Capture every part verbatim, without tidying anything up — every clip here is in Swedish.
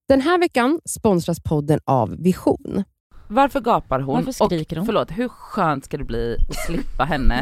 Den här veckan sponsras podden av Vision. Varför gapar hon? Varför skriker hon? Och förlåt, hur skönt ska det bli att slippa henne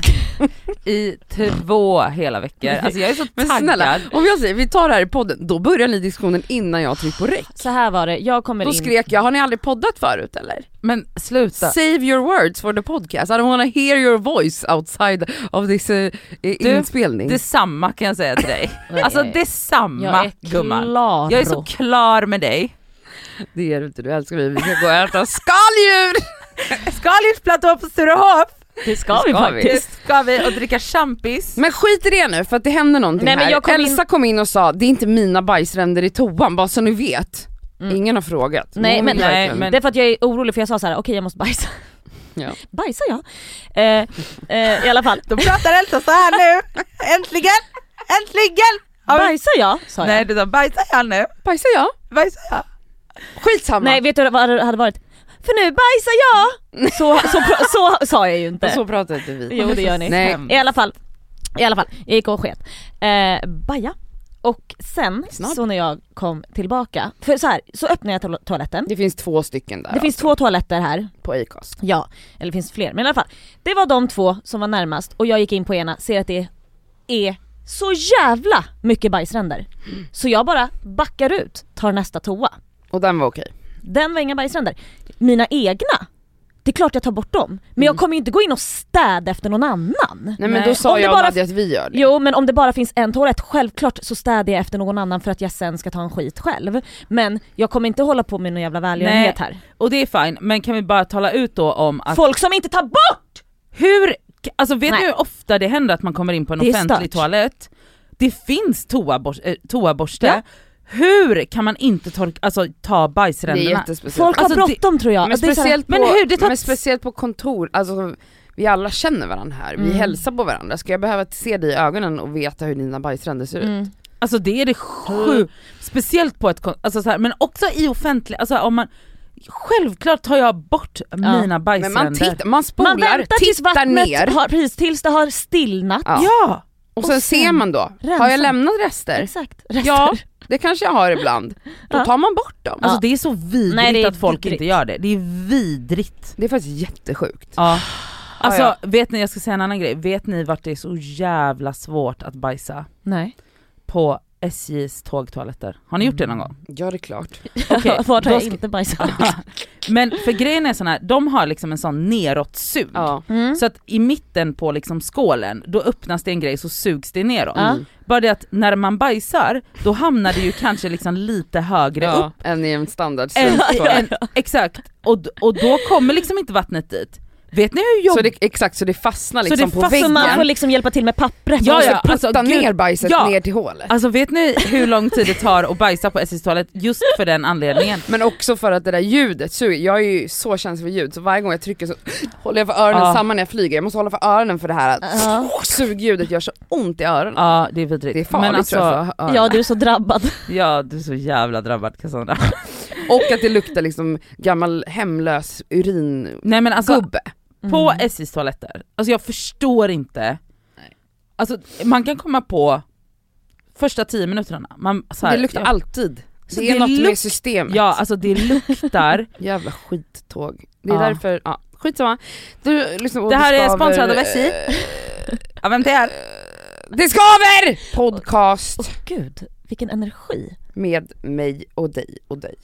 i två hela veckor? Alltså jag är så Men taggad. snälla, om jag säger vi tar det här i podden, då börjar ni diskussionen innan jag trycker på räck. Så här var det, jag kommer Då in. skrek jag, har ni aldrig poddat förut eller? Men sluta. Save your words for the podcast. I don't wanna hear your voice outside of this uh, inspelning. Detsamma kan jag säga till dig. Alltså detsamma, Jag är gumman. klar. Jag är så klar med dig. Det är du inte, du älskar mig. Vi ska gå och äta skaldjur! Skaldjursplatå på Sturehof. Det ska, Det vi ska faktiskt. Det ska vi och dricka champis. Men skit i det nu, för att det händer någonting Nej, men här. jag kom Elsa in... kom in och sa, det är inte mina bajsränder i toan, bara så ni vet. Mm. Ingen har frågat. Nej, Hon men, vill nej, verkligen- men- det är för att jag är orolig, för jag sa så här: okej okay, jag måste bajsa. Ja. Bajsa jag? Eh, eh, I alla fall. Då pratar Elsa så här nu. Äntligen! Äntligen! Bajsa jag? Sa jag. Nej, du sa bajsar jag nu. Bajsar jag? Bajsar jag. Skitsamma. Nej, vet du vad det hade varit? För nu bajsar jag! Så, så, så, så sa jag ju inte. Så pratar inte vi. Jo, det gör ni. Nej. I alla fall, i alla fall, jag gick och sket. Eh, baja. Och sen, Snabb. så när jag kom tillbaka, för så här, så öppnade jag to- toaletten. Det finns två stycken där. Det finns två toaletter här. på Acast. Ja, eller det finns fler. Men i alla fall, det var de två som var närmast. Och jag gick in på ena, ser att det är så jävla mycket bajsränder. Mm. Så jag bara backar ut, tar nästa toa. Och den var okej. Den var inga bajsränder. Mina egna, det är klart jag tar bort dem. Men Mm. jag kommer ju inte gå in och städa efter någon annan. Nej men Nej. då sa Om det jag bara- Nadja att vi gör det. Jo, men om det bara finns en toalett, självklart så städar jag efter någon annan för att jag sen ska ta en skit själv. Men jag kommer inte hålla på med någon jävla välgörenhet här. Och det är fine, men kan vi bara tala ut då om att Folk som inte tar bort! hur, alltså vet Nej. ni hur ofta det händer att man kommer in på en Det är offentlig stört. toalett? Det finns toaborste, äh, toaborste. Ja. Hur kan man inte torka, alltså, ta Det är bajsränderna? jättespeciellt. Folk har Alltså, det- bråttom tror jag. Men Det är så här- speciellt, men på, hur, det tar- men speciellt på kontor, alltså vi alla känner varandra här, vi Mm. hälsar på varandra. Ska jag behöva se dig i ögonen och veta hur dina bajsränder ser ut? Mm. Alltså det är det sjukt, speciellt på ett kon- alltså så här, men också i offentlig, alltså om man, självklart tar jag bort mina Men bajsränder. man, tittar, man spolar, Man väntar tills tittar vattnet ner har, precis, tills det har stillnat. Ja. Ja! och sen, och sen ser man då, rensa. har jag lämnat rester? Exakt. Rester. Ja, det kanske jag har ibland. Då Ja. tar man bort dem. Alltså det är så vidrigt Nej, det är att folk vidrigt. inte gör det. Det är vidrigt. Det är faktiskt jättesjukt. Ja. Alltså Ah, vet ni, jag ska säga en annan grej. Vet ni vart det är så jävla svårt att bajsa? Nej. På S J:s tågtoaletter. Har ni gjort det någon gång? Ja, det är klart. Okej, Vart har då jag ska- inte bajsat? Men för grejen är sån här, de har liksom en sån neråt-sug. Ja. Mm. Så att i mitten på liksom skålen, då öppnas det en grej så sugs det neråt. Ja. Bara det att när man bajsar, då hamnar det ju kanske liksom lite högre upp. Ja, än i en standard En, toalett. en, exakt, och, och då kommer liksom inte vattnet dit. Vet ni hur Så jobbigt? det, exakt, så det fastnar Så liksom det på fastnar- Så väggen. man får liksom hjälpa till med pappret. Ja, och så ja, putta alltså, gud. ner bajset Ja. ner till hålet. Alltså vet ni hur lång tid det tar att bajsa på S J:s toalett just för den anledningen? Men också för att det där ljudet suger. Jag är ju så känslig för ljud, så varje gång jag trycker så håller jag för öronen, Ja. samma när jag flyger. Jag måste hålla för öronen för det här Ja. sugljudet gör så ont i öronen. Ja, det är vidrigt. Det är farligt Men alltså, tror jag för öronen. Ja, du är så drabbad. ja, du är så jävla drabbad, Cassandra. Och att det luktar liksom gammal hemlös uringubbe. Nej men alltså, på Mm. S J:s toaletter, alltså jag förstår inte. Alltså man kan komma på första tio minuterna. Man, så här, Det luktar ja. alltid. Så Det är det något luk- med systemet. Ja, alltså det luktar. Jävla skittåg. Det är Ja. därför, ja, skitsamma. Du lyssnar på Det här är Skaver, sponsrad av S J. eh, Ja, vem det är? Det skaver! Podcast Åh gud, vilken energi. med mig och dig och dig.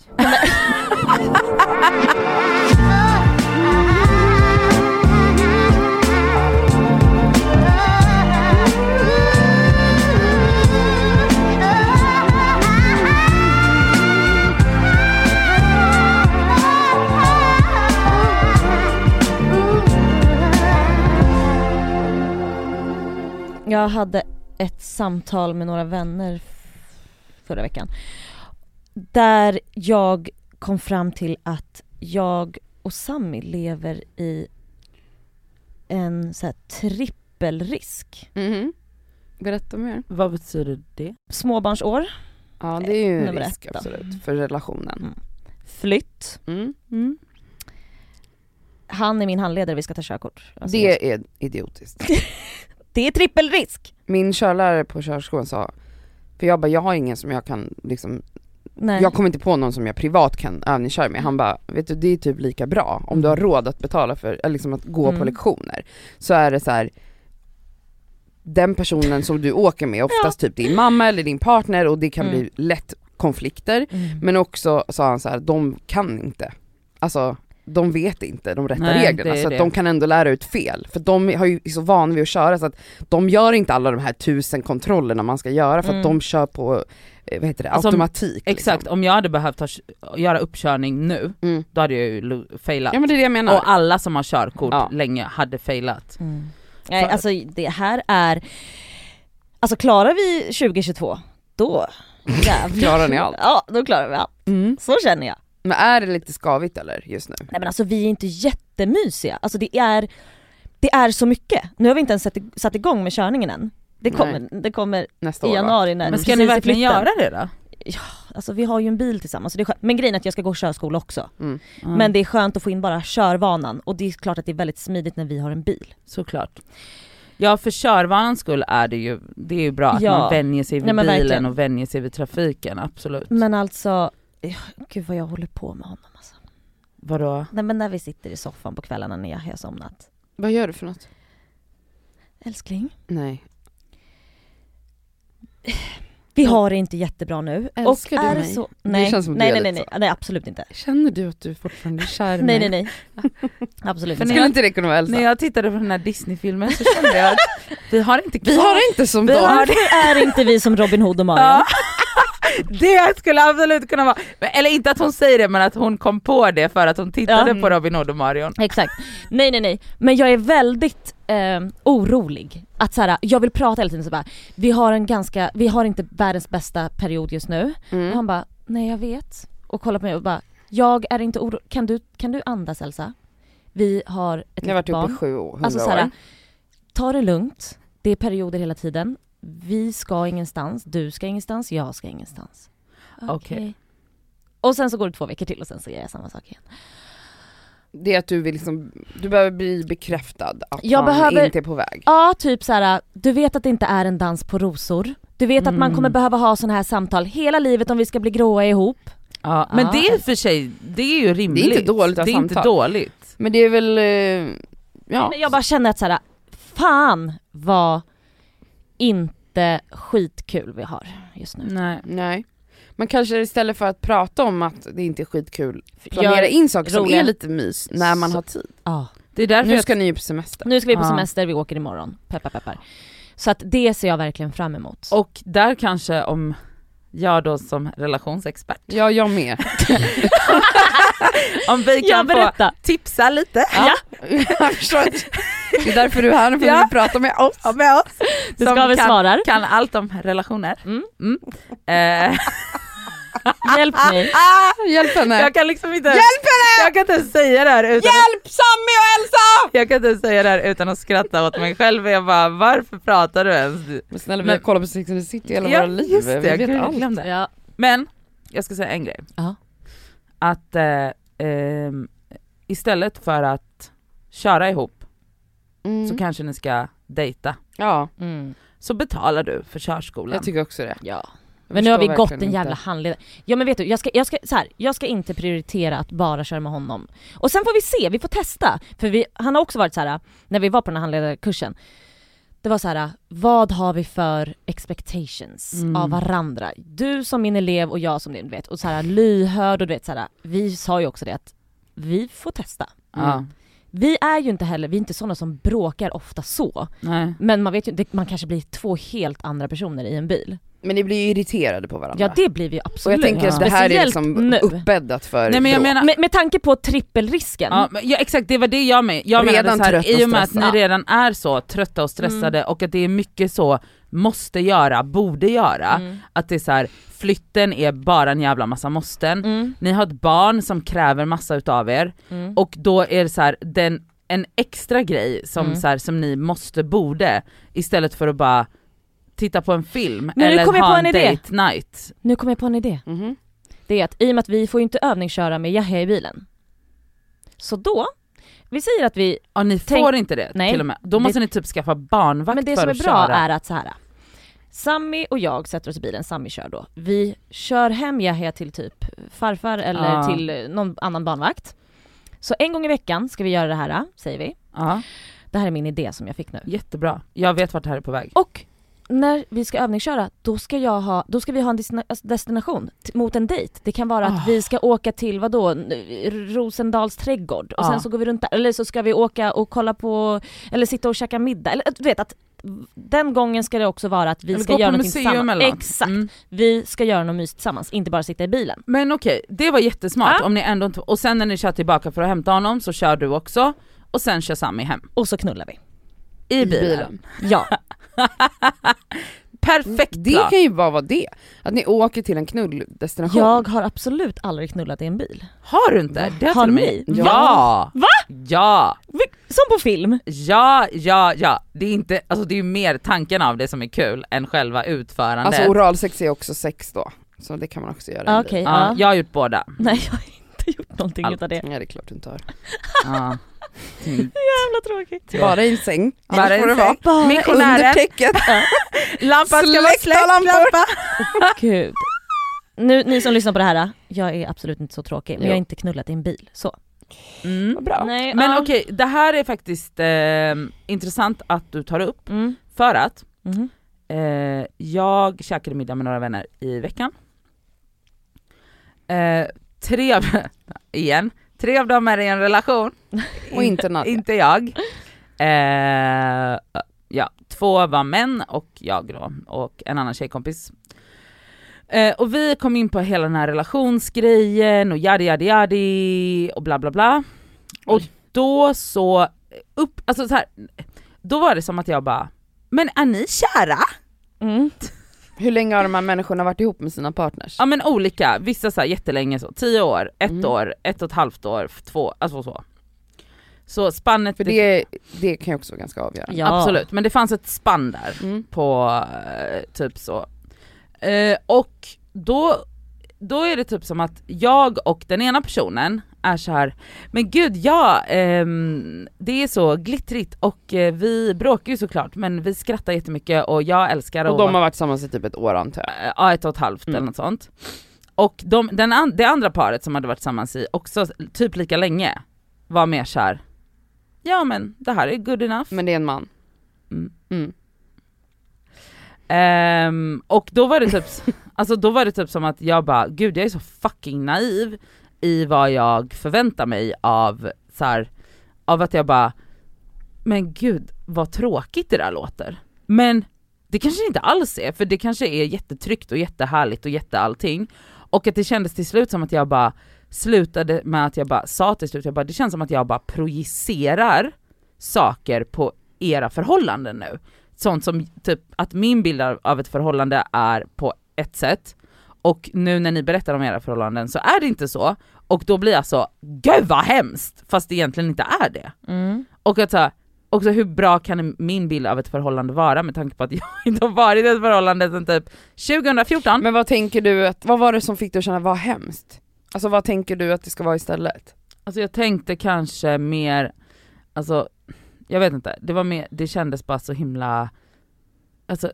Jag hade ett samtal med några vänner f- förra veckan där jag kom fram till att jag och Sammy lever i en så här trippelrisk. Mhm. Berätta mer. Vad betyder det? Småbarnsår, Ja, det är ju en Nummer risk ett då. absolut för relationen. Mm. flytt. Mm. Mm. Han är min handledare, vi ska ta körkort. Alltså, Det är idiotiskt. det är trippelrisk. Min körlärare på körskolan sa, för jag bara, jag har ingen som jag kan liksom Nej. jag kommer inte på någon som jag privat kan övningsköra med. Han bara, vet du, det är typ lika bra. Om du har råd att betala för, eller liksom att gå Mm. på lektioner, så är det så här, den personen som du åker med, oftast typ din mamma eller din partner, och det kan Mm. bli lätt konflikter. Mm. Men också sa han så här, de kan inte. Alltså, de vet inte de rätta Nej, reglerna, det är så att det. de kan ändå lära ut fel. För de har ju är så vana vid att köra, så att de gör inte alla de här tusen kontrollerna man ska göra, för att Mm. de kör på, eh, vad heter det, Alltså, automatik. Exakt, liksom. om jag hade behövt ta, göra uppkörning nu, Mm. då hade jag ju lo- failat. Ja, men det är det jag menar. Och alla som har körkort Ja. länge hade failat. Mm. Nej, För- alltså det här är, alltså klarar vi tjugohundratjugotvå, då jävlar. Klarar ni allt? Ja, då klarar vi allt. Mm. Så känner jag. Men är det lite skavigt eller just nu? Nej men alltså vi är inte jättemysiga, alltså det är, det är så mycket. Nu har vi inte ens satt, satt igång med körningen än. Det kommer, det kommer Nästa i år, va? januari när Men ska precis ni i verkligen flytten. göra det då? Alltså vi har ju en bil tillsammans, så det är skönt. Men grejen är att jag ska gå körskola också. Mm. Mm. Men det är skönt att få in bara körvanan, och det är klart att det är väldigt smidigt när vi har en bil. Såklart. Ja, för körvanans skull är det ju, det är ju bra att Ja. man vänjer sig vid Nej, men bilen verkligen. och vänjer sig vid trafiken, absolut. Men alltså, ja, gud vad jag håller på med honom alltså. Vadå? Nej men när vi sitter i soffan på kvällarna när jag har somnat. Vad gör du för något? Älskling, Nej. vi Ja. har det inte jättebra nu. Älskar och du är mig? Så, Det nej, känns som nej, du är nej, nej, lite nej, nej, absolut inte. Känner du att du fortfarande är kär i Nej, mig? nej, nej. Absolut För inte. Skulle inte det kunna vara Elsa? När jag tittade på den här Disney-filmen så kände jag att vi har inte Vi har inte som Vi dem. har- Varför är inte vi som Robin Hood och Marion? Ja. Det skulle absolut kunna vara, eller inte att hon säger det, men att hon kom på det för att hon tittade Ja. på Robin Hood och Marion. Exakt. Nej, nej, nej. Men jag är väldigt eh, orolig. Att så här, jag vill prata hela tiden så bara, vi har en ganska, vi har inte världens bästa period just nu. Och Mm. han bara, nej jag vet. Och kollar på mig och bara, jag är inte orolig. Kan du, kan du andas Elsa? Vi har ett Jag har varit litet uppe i barn. sju år, hundra Alltså så här, år. ta det lugnt. Det är perioder hela tiden. Vi ska ingenstans, du ska ingenstans, jag ska ingenstans. Okej. Okej. Och sen så går det två veckor till och sen så gör jag samma sak igen. Det är att du vill liksom, du behöver bli bekräftad att Jag han behöver- inte är på väg. Ja, typ så här. Du vet att det inte är en dans på rosor. Du vet att man Mm. kommer behöva ha såna här samtal hela livet om vi ska bli gråa ihop. Ja, men Ja. det är för sig, det är ju rimligt. Det är inte dåligt att Det är inte samtal. dåligt. Men det är väl, eh, ja. Men jag bara känner att så här, fan vad inte skitkul vi har just nu. Nej. Nej. Man kanske istället för att prata om att det inte är skitkul, planera Gör in saker som roliga- är lite mys när man Så- har tid. Ja. Det är därför Nu jag ska ni ju på semester. Nu ska vi på Ja. semester, vi åker imorgon. Peppar peppar. Så att det ser jag verkligen fram emot. Och där kanske, om jag då som relationsexpert, Ja, jag med. om vi Ja, kan få berätta. tipsa lite. Ja. Jag förstår att det är därför du är här, nu får Ja. vi prata med oss. Ja, med oss. Du Som ska vi kan, svarar. kan allt om relationer. Mm. Mm. Eh, Hjälp mig. Hjälp henne. jag kan liksom inte... Hjälp henne! Jag kan inte säga det här utan... Hjälp Sammy och Elsa! Jag kan inte säga det här utan att skratta åt mig själv. Jag bara, varför pratar du ens? Men snälla, vi Men- har kollat på Sex and the City hela Ja, våra liv. just det, vi jag vet glömde- allt. glömde. Ja. Men, jag ska säga en grej. Ja. Att eh, ehm, istället för att köra ihop Mm. så kanske ni ska dejta. Ja, Mm. Så betalar du för körskolan. jag tycker också det. Ja. Jag Men nu har vi förstår gått verkligen en jävla inte. handledare. Ja men vet du, jag ska, jag, ska, så här, jag ska inte prioritera att bara köra med honom. Och sen får vi se, vi får testa. För vi, han har också varit så här, när vi var på den här handledarkursen, det var så här, vad har vi för expectations Mm. av varandra? Du som min elev och jag som din, du vet. Och så här lyhörd och du vet så här, vi sa ju också det att vi får testa. Ja, Vi är ju inte heller, vi är inte sådana som bråkar ofta så. nej. Men man vet ju, det, man kanske blir två helt andra personer i en bil. Men ni blir ju irriterade på varandra. Ja det blir vi ju och absolut. jag tänker att Ja. det här är Speciellt liksom nu. uppbäddat för Nej men jag bråk. menar, Med, med tanke på trippelrisken. ja, men, ja exakt, det var det jag med. Jag Redan menade så här, trött och i och med att stressad. ni redan är så trötta och stressade och att det är mycket så måste göra, borde göra. Mm. Att det är så här, flytten är bara en jävla massa måsten. Mm. Ni har ett barn som kräver massa utav er Mm. och då är det så här, den, en extra grej som, Mm. så här, som ni måste, borde, istället för att bara titta på en film Men nu eller kom jag ha på en, en idé. date night. Nu kommer jag på en idé. Mhm. Det är att i och med att vi får ju inte övningsköra med Yahya i bilen. Så då, vi säger att vi, Ja, ni Tänk- får inte det Nej. till och med. Då måste Det- ni typ skaffa barnvakt men det för som är att bra köra. är att så här. Sammy och jag sätter oss i bilen, Sammy kör då. Vi kör hem Yahya till typ farfar eller Ah. till någon annan barnvakt. Så en gång i veckan ska vi göra det här, säger vi. Ja, Det här är min idé som jag fick nu. jättebra. Jag vet vart det här är på väg. Och när vi ska övningsköra, då ska, jag ha, då ska vi ha en destina- destination t- mot en dejt. Det kan vara att Ah. vi ska åka till, vadå, N- Rosendals trädgård. Och Ah. sen så går vi runt där. Eller så ska vi åka och kolla på, eller sitta och käka middag. Eller du vet att den gången ska det också vara att vi Eller ska gå göra på något museum tillsammans. eller något. Exakt. Mm. Vi ska göra något mys tillsammans, inte bara sitta i bilen. Men okej, det var jättesmart. Ja. Om ni ändå inte... Och sen när ni kör tillbaka för att hämta honom så kör du också. Och sen kör Sammy hem. Och så knullar vi. I bilen. Ja. Perfekt Det plan. kan ju bara vara det. Att ni åker till en knulldestination. Jag har absolut aldrig knullat i en bil. Har du inte? Det Har till och ni? med- Ja. Ja! Va? Ja! Som på film. Ja, ja, ja. Det är inte, alltså det är ju mer tanken av det som är kul än själva utförandet. Alltså oralsex är också sex då. Så det kan man också göra. i en Ah, bil. okej. ja, Ja. jag har gjort båda. Nej, jag har inte gjort någonting Allt. utav det. Ja, det är klart du inte har. Ja. Mm. Jävla tråkigt. Bara i en säng. Bara Annars i en får det säng. vara Bara Missionärer. under täcket. Lampan ska vara Släckta släckt, lampor. lampa. Gud. Nu, ni som lyssnar på det här, jag är absolut inte så tråkig, men Jo. jag har inte knullat i en bil. Så. Mm. Vad bra. Nej, Men ja. okej, det här är faktiskt eh, intressant att du tar upp. Mm. För att Mhm. eh, jag käkade middag med några vänner i veckan. Eh, tre av, igen, tre av dem är i en relation. Och inte Nadja. Inte jag. Eh, ja, två var män och jag då, och en annan tjejkompis. Eh, och vi kom in på hela den här relationsgrejen och jadi jadi jadi och bla bla bla. Och då så upp, alltså så här, då var det som att jag bara, men är ni kära? Mm. Hur länge har de här människorna varit ihop med sina partners? Ja men olika, vissa så här jättelänge så, tio år, ett Mm. år, ett och ett halvt år, två, alltså så. Så spannet, För det, det kan ju också vara ganska avgörande. Ja. absolut, men det fanns ett spann där Mm. på eh, typ så. Eh, och då, då är det typ som att jag och den ena personen är så här, men gud ja, ehm, det är så glittrigt och eh, vi bråkar ju såklart, men vi skrattar jättemycket och jag älskar Och att- de har varit tillsammans i typ ett år antar jag. Eh, ja, ett och ett halvt Mm. eller något sånt. Och de, den an, det andra paret som hade varit tillsammans i också typ lika länge var mer så här, ja men det här är good enough. Men det är en man. Mm. Mm. Ehm, och då var det typ alltså då var det typ som att jag bara, gud jag är så fucking naiv i vad jag förväntar mig av så här, av att jag bara, men gud vad tråkigt det där låter. Men det kanske inte alls är, för det kanske är jättetryggt och jättehärligt och jätteallting. Och att det kändes till slut som att jag bara slutade med att jag bara sa till slut, jag bara, det känns som att jag bara projicerar saker på era förhållanden nu. Sånt som typ att min bild av ett förhållande är på ett sätt, och nu när ni berättar om era förhållanden så är det inte så, och då blir jag så, gud vad hemskt, fast det egentligen inte är det. Mm. Och att så här, också hur bra kan min bild av ett förhållande vara med tanke på att jag inte har varit i ett förhållande sedan typ tjugo fjorton. Men vad tänker du att, vad var det som fick dig att känna var hemskt? Alltså vad tänker du att det ska vara istället? Alltså jag tänkte kanske mer, alltså jag vet inte, det var mer, det kändes bara så himla, alltså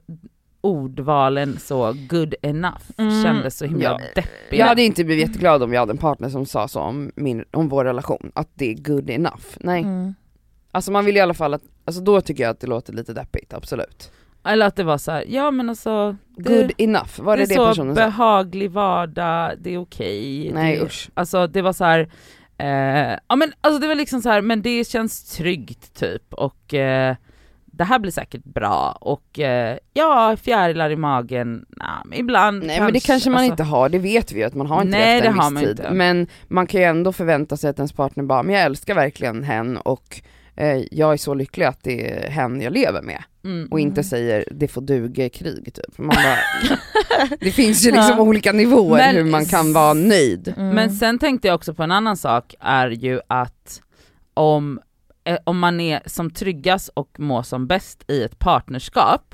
ordvalen så good enough Mm. kändes så himla Ja. deppig. Jag hade inte blivit jätteglad om jag hade en partner som sa så om, min, om vår relation, att det är good enough. Nej. Mm. Alltså man vill i alla fall att, alltså då tycker jag att det låter lite deppigt, absolut. Eller att det var så här, ja men alltså det, Good enough, var det det, det är så personen sa? behaglig vardag, det är okej. Nej det, usch. Alltså det var så här, eh, ja men alltså det var liksom så här, men det känns tryggt typ, och eh, det här blir säkert bra, och eh, ja, fjärilar i magen, nah, men ibland Nej men det kanske man alltså, inte har, det vet vi ju att man har inte Nej, efter en det har viss man tid. inte. Men man kan ju ändå förvänta sig att ens partner bara, men jag älskar verkligen hen och eh, jag är så lycklig att det är hen jag lever med. mm. Och inte säger det får duga i krig typ. Man bara, det finns ju liksom Ja. olika nivåer Men hur man kan vara nöjd. Mm. Men sen tänkte jag också på en annan sak, är ju att om, eh, om man är som tryggast och mår som bäst i ett partnerskap,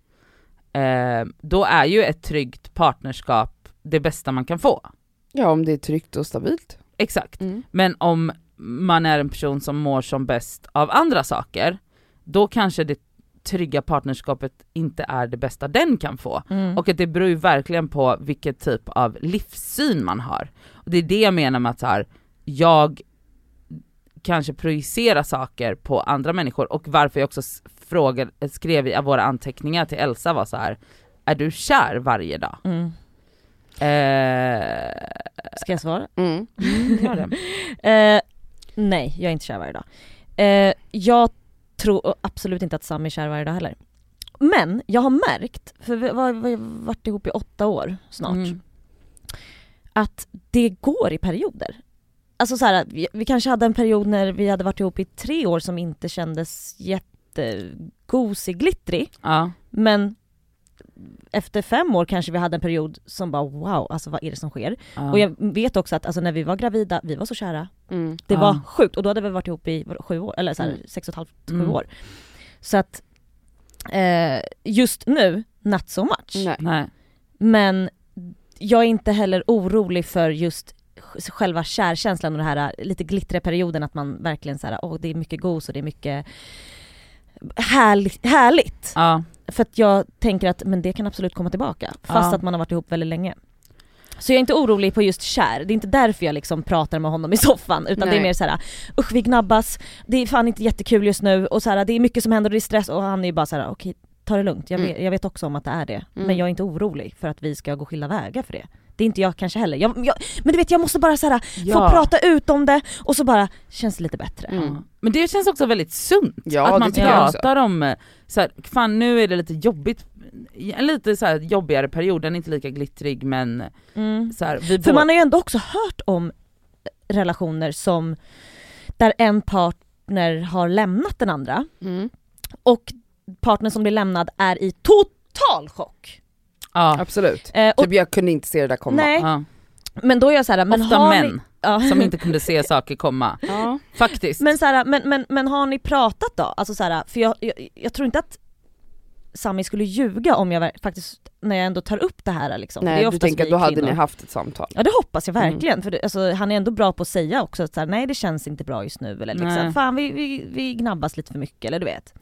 eh, då är ju ett tryggt partnerskap det bästa man kan få. Ja, om det är tryggt och stabilt. Exakt. Mm. Men om man är en person som mår som bäst av andra saker, då kanske det trygga partnerskapet inte är det bästa den kan få. Mm. Och att det beror ju verkligen på vilket typ av livssyn man har. Och det är det jag menar med att så här, jag kanske projicerar saker på andra människor, och varför jag också frågade, skrev i våra anteckningar till Elsa var så här: är du kär varje dag? Mm. Eh, Ska jag svara? Mm. mm, gör det. Eh, nej, jag är inte kär varje dag. Eh, jag tror absolut inte att Sam är kär varje dag heller. Men jag har märkt, för vi har, vi har varit ihop i åtta år snart, Mm. att det går i perioder. Alltså så här, vi, vi kanske hade en period när vi hade varit ihop i tre år som inte kändes jättegosig, glittrig. Ja. Men efter fem år kanske vi hade en period som bara wow, alltså vad är det som sker? Ja. Och jag vet också att alltså, när vi var gravida, vi var så kära. Mm. Det Ja. var sjukt, och då hade vi varit ihop i sju år, eller så här, Mm. sex och ett halvt, sju Mm. år. Så att eh, just nu, not so much. Nej. Nej. Men jag är inte heller orolig för just själva kärkänslan och det här lite glittriga perioden, att man verkligen så här, åh det är mycket gos och det är mycket härligt. härligt. Ja. För att jag tänker att men det kan absolut komma tillbaka, fast Ja. att man har varit ihop väldigt länge. Så jag är inte orolig på just kär. Det är inte därför jag liksom pratar med honom i soffan, utan Nej. det är mer så här: usch vi gnabbas, det är fan inte jättekul just nu, och så här, det är mycket som händer och det är stress, och han är ju bara så här: okej, ta det lugnt. Jag, Mm. vet, jag vet också om att det är det, Mm. men jag är inte orolig för att vi ska gå skilda vägar för det. Det är inte jag kanske heller. Jag, jag, men du vet, jag måste bara så här, Ja. få prata ut om det, och så bara känns det lite bättre. Mm. Ja. Men det känns också väldigt sunt, Ja, att det man tycker jag också. pratar om så här, fan nu är det lite jobbigt, en lite så här jobbigare period, den är inte lika glittrig, men Mm. så här, vi För båda- man har ju ändå också hört om relationer som där en partner har lämnat den andra, Mm. och partnern som blir lämnad är i total chock. ja. Absolut. Eh, och, Typ jag kunde inte se det där komma. nej, Ja. men då är jag så här, men Ofta har män ni, ja. som inte kunde se saker komma, Ja. faktiskt. men, så här, men, men, men har ni pratat då? Alltså så här, för jag, jag, jag tror inte att Sami skulle ljuga om jag ver- faktiskt, när jag ändå tar upp det här liksom. För det Nej, är du oftast tänker vi att då hade kvinnor. ni haft ett samtal. Ja, det hoppas jag Mm. verkligen, för det, alltså, han är ändå bra på att säga också att så här, nej det känns inte bra just nu, eller liksom, Nej. fan vi, vi, vi gnabbas lite för mycket, eller du vet.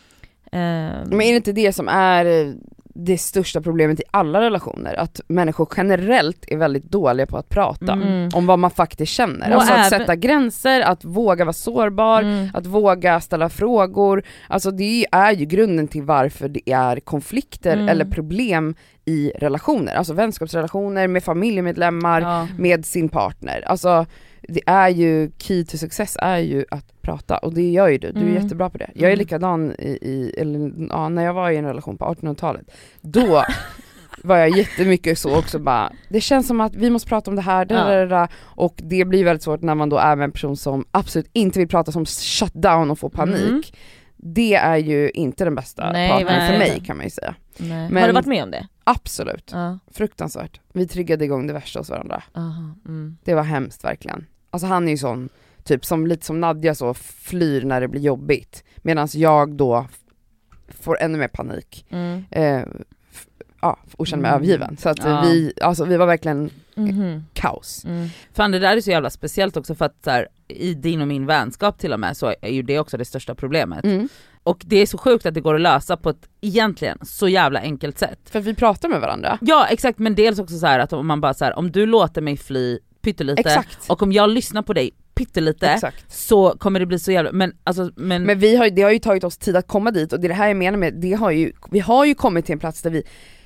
Ehm, Men är det inte det som är eh, det största problemet i alla relationer? Att människor generellt är väldigt dåliga på att prata Mm. om vad man faktiskt känner. Och Alltså att även- sätta gränser, att våga vara sårbar, mm. att våga ställa frågor. Alltså det är ju grunden till varför det är konflikter Mm. eller problem i relationer. Alltså vänskapsrelationer med familjemedlemmar, Ja. med sin partner. Alltså det är ju, key to success är ju att prata, och det gör ju du, du är Mm. jättebra på det. Jag är Mm. likadan i, i eller, ja, när jag var i en relation på artonhundratalet, då var jag jättemycket så också bara, det känns som att vi måste prata om det här, Ja. där, där, och det blir väldigt svårt när man då är med en person som absolut inte vill prata, som shut down och får panik. Mm. Det är ju inte den bästa Nej, partnern för verkligen mig inte. kan man ju säga. Nej. Men- Har du varit med om det? Absolut, Ja. fruktansvärt. Vi triggade igång det värsta hos varandra. Aha. Mm. Det var hemskt verkligen. Alltså han är ju sån, typ som lite som Nadja så, flyr när det blir jobbigt. Medan jag då f- får ännu mer panik. Mm. Eh, f- ja, och känner mig Mm. övergiven. Så att eh, Ja. vi, alltså vi var verkligen Mhm. kaos. Mm. Fan det där är så jävla speciellt också, för att så här, i din och min vänskap till och med så är ju det också det största problemet. Mm. Och det är så sjukt att det går att lösa på ett egentligen så jävla enkelt sätt. För vi pratar med varandra. Ja exakt, men dels också så här att om man bara så här, om du låter mig fly pyttelite Exakt. och om jag lyssnar på dig pyttelite Exakt. så kommer det bli så jävla, men alltså men, Men vi har, ju- det har ju tagit oss tid att komma dit, och det är det här jag menar med, det har ju, vi har ju kommit till en plats där vi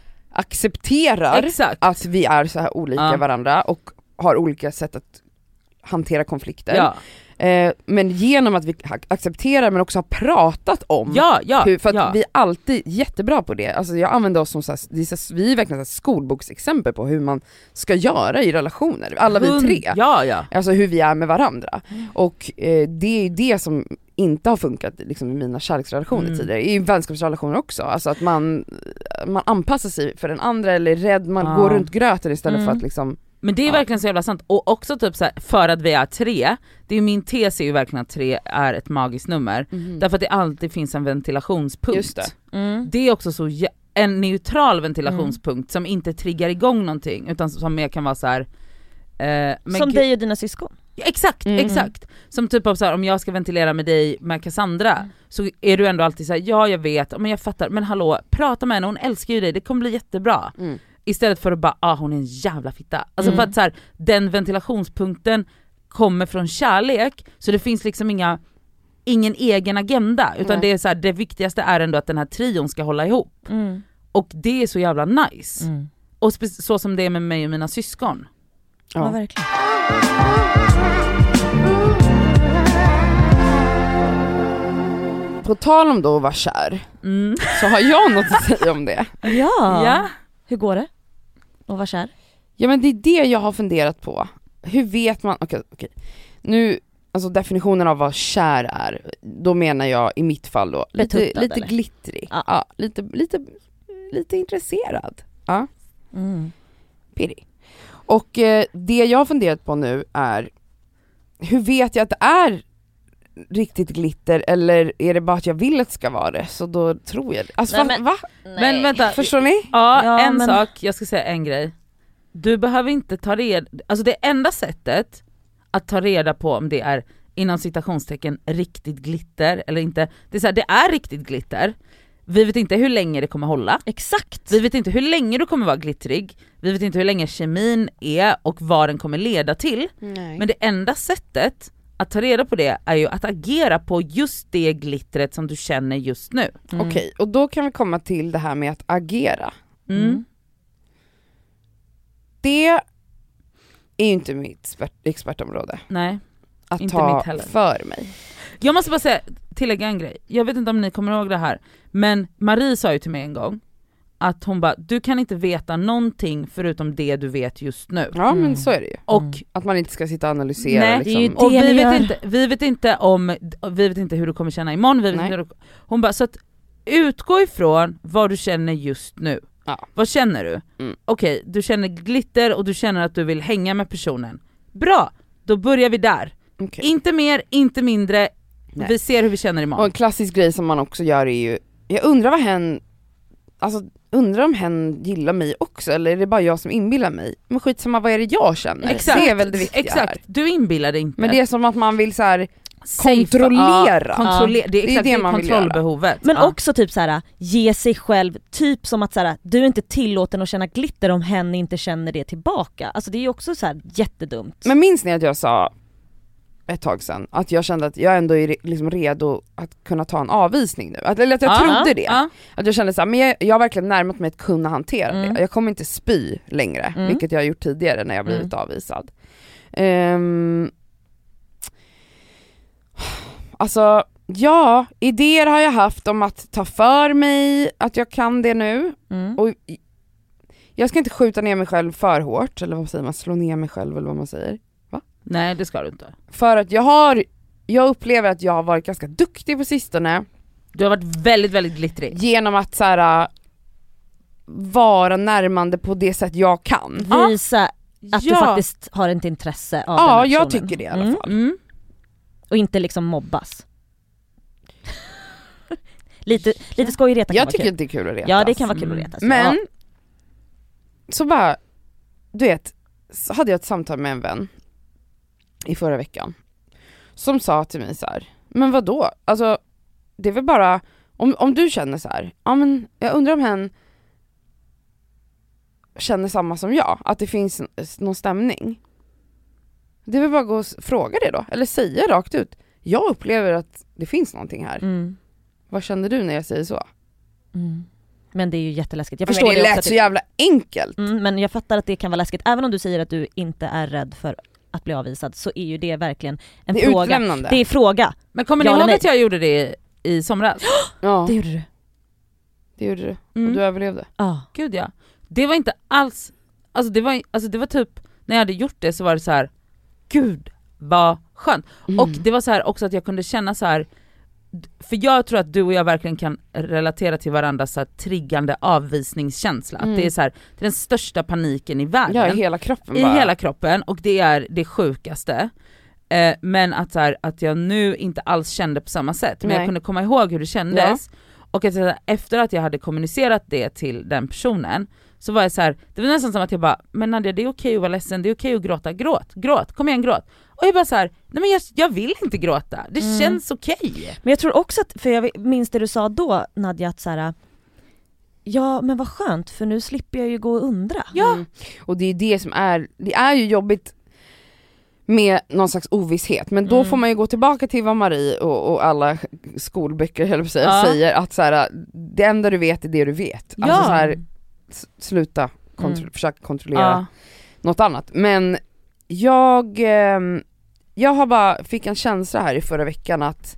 accepterar exakt. att vi är så här olika Ja. varandra och har olika sätt att hantera konflikter. Ja, Eh, men genom att vi ha- accepterar men också har pratat om ja, ja, hur, för att ja. vi är alltid jättebra på det. Alltså jag använder oss som så här, det är så, vi är verkligen så här skolboksexempel på hur man ska göra i relationer, alla vi Hund- tre. Ja, ja. Alltså hur vi är med varandra. Och eh, det är ju det som inte har funkat liksom, i mina kärleksrelationer Mm. tidigare, i vänskapsrelationer också. Alltså att man, man anpassar sig för den andra eller är rädd, man Ja. går runt gröten istället Mm. för att liksom. Men det är Ja. verkligen så jävla sant, och också typ så här, för att vi är tre, det är ju min tes är ju verkligen att tre är ett magiskt nummer, därför att det alltid finns en ventilationspunkt. Just det. Mm. Det är också så jä- en neutral ventilationspunkt som inte triggar igång någonting utan som mer kan vara så här. Eh, men Som gud- dig och dina syskon. Exakt, Mm. exakt. Som typ av så här, om jag ska ventilera med dig med Cassandra mm. så är du ändå alltid så här: ja jag vet, men jag fattar, men hallå, prata med henne, hon älskar ju dig, det kommer bli jättebra. Mm. Istället för att bara, ah hon är en jävla fitta. Alltså mm. för att så här, den ventilationspunkten kommer från kärlek, så det finns liksom inga ingen egen agenda, utan mm. det är så här, det viktigaste är ändå att den här trion ska hålla ihop. Mm. Och det är så jävla nice. Mm. Och spe- så som det är med mig och mina syskon. Ja, ja verkligen. På tal om då att vara kär, mm. så har jag något att säga om det. Ja. ja, hur går det att vara kär? Ja men det är det jag har funderat på. Hur vet man, okej, okej. Nu, alltså definitionen av vad kär är, då menar jag i mitt fall då lite, Betuttad, lite eller? glittrig. Ja. Ja, lite, lite, lite intresserad. Ja. Mm. Pirrig. Och eh, det jag har funderat på nu är, hur vet jag att det är riktigt glitter, eller är det bara att jag vill att det ska vara det, så då tror jag alltså, nej, fan, men, va? Nej. Men vänta, förstår ni? Ja, ja en men... sak, jag ska säga en grej. Du behöver inte ta reda, alltså det enda sättet att ta reda på om det är inom citationstecken riktigt glitter eller inte, det är så här, det är riktigt glitter. Vi vet inte hur länge det kommer hålla. Exakt. Vi vet inte hur länge du kommer vara glittrig. Vi vet inte hur länge kemin är och vad den kommer leda till. Nej. Men det enda sättet att ta reda på det är ju att agera på just det glittret som du känner just nu. Mm. Okej, och då kan vi komma till det här med att agera. Mm. Mm. Det är ju inte mitt expert- expertområde. Nej. Att Inte ta mitt heller. för mig. Jag måste bara säga, tillägga en grej. Jag vet inte om ni kommer ihåg det här, men Marie sa ju till mig en gång att hon bara, du kan inte veta någonting förutom det du vet just nu. Ja Mm. men så är det ju. Och Mm. Att man inte ska sitta och analysera nej, liksom. det är ju och det vi ni vet, gör. inte, vi vet inte om, vi vet inte hur du kommer känna imorgon, vi vet Nej. inte hur du, hon bara, så att utgå ifrån vad du känner just nu. Ja. Vad känner du? Mm. Okej, du känner glitter och du känner att du vill hänga med personen. Bra, då börjar vi där. Okej. Inte mer, inte mindre. Nej. Vi ser hur vi känner imorgon. Och en klassisk grej som man också gör är ju, jag undrar vad hen, alltså undrar om hen gillar mig också, eller är det bara jag som inbillar mig? Men skitsamma, vad är det jag känner? Exakt, Det är väl det viktiga exakt. här. Du inbillar dig inte. Men det är som att man vill så här Safe- kontrollera. Ja, kontrollera. Det är Det är exakt det det, man vill kontrollbehovet. Men ja. också typ så här, ge sig själv, typ som att så här, du är inte tillåten att känna glitter om hen inte känner det tillbaka. Alltså det är ju också så här jättedumt. Men minns ni att jag sa ett tag sedan att jag kände att jag ändå är re- liksom redo att kunna ta en avvisning nu? Att, eller att jag Ja, trodde ja, det. ja. Att jag kände så här, men jag, jag har verkligen närmat mig att kunna hantera Mm. det. Jag kommer inte spy längre, Mm. vilket jag har gjort tidigare när jag blivit Mm. avvisad. Um, alltså, ja, idéer har jag haft om att ta för mig, att jag kan det nu. Mm. Och jag ska inte skjuta ner mig själv för hårt, eller vad säger man, slå ner mig själv eller vad man säger. Nej, det ska du inte. För att jag har, jag upplever att jag har varit ganska duktig på sistone Du har varit väldigt, väldigt glittrig. genom att så här, vara närmande på det sätt jag kan. Visa att du Ja. faktiskt har ett intresse av den Ja, här jag personen. tycker det i alla Mm. fall. Mm. Och inte liksom mobbas. lite, lite skoj reta kan Jag vara tycker kul. att det är kul att retas. Ja, det kan vara kul att Mm. retas. Men, ja. så bara, du vet, så hade jag ett samtal med en vän i förra veckan som sa till mig så här: men vadå? Alltså, det är väl bara, om, om du känner så här, ja men jag undrar om hen känner samma som jag, att det finns n- någon stämning. Det är väl bara att gå och s- fråga det då, eller säga rakt ut: jag upplever att det finns någonting här. Mm. Vad känner du när jag säger så? Mm. Men det är ju jätteläskigt. Jag Men förstår det det också lät att så det- jävla enkelt. Mm, men jag fattar att det kan vara läskigt. Även om du säger att du inte är rädd för att bli avvisad, så är ju det verkligen en Det är fråga. utlämnande. Det är fråga. Men kommer Ja ni eller ihåg nej? att jag gjorde det i somras? Ja, Det gjorde du. det gjorde du. Mm. Och du överlevde. Ja. Gud ja. Det var inte alls, alltså det var, alltså det var typ, när jag hade gjort det så var det så här: gud vad skönt. Mm. Och det var så här också att jag kunde känna så här, för jag tror att du och jag verkligen kan relatera till varandra så här triggande avvisningskänsla. Mm. Att det är så här, det är den största paniken i världen. Ja, i hela kroppen I bara. hela kroppen, och det är det sjukaste. Eh, men att, så här, att jag nu inte alls kände på samma sätt, men Nej. jag kunde komma ihåg hur det kändes. Och att jag, efter att jag hade kommunicerat det till den personen, så var jag så här, det var nästan som att jag bara, men Nadia, det är okej att vara ledsen, det är okej att gråta, gråt, gråt, kom igen, gråt. Och jag bara så här, nej men jag, jag vill inte gråta, det mm. känns okej. Men jag tror också att, för jag minns det du sa då, Nadia, att så här, ja men vad skönt, för nu slipper jag ju gå och undra. Ja, mm. och det är det som är, det är ju jobbigt med någon slags ovisshet, men då mm. får man ju gå tillbaka till vad Marie och, och alla skolböcker höll på att säga, ja. säger att så här, det enda du vet är det du vet. Ja. Alltså så här, sluta kontro- mm. försöka kontrollera ja. något annat. Men jag eh, jag har bara fick en känsla här i förra veckan att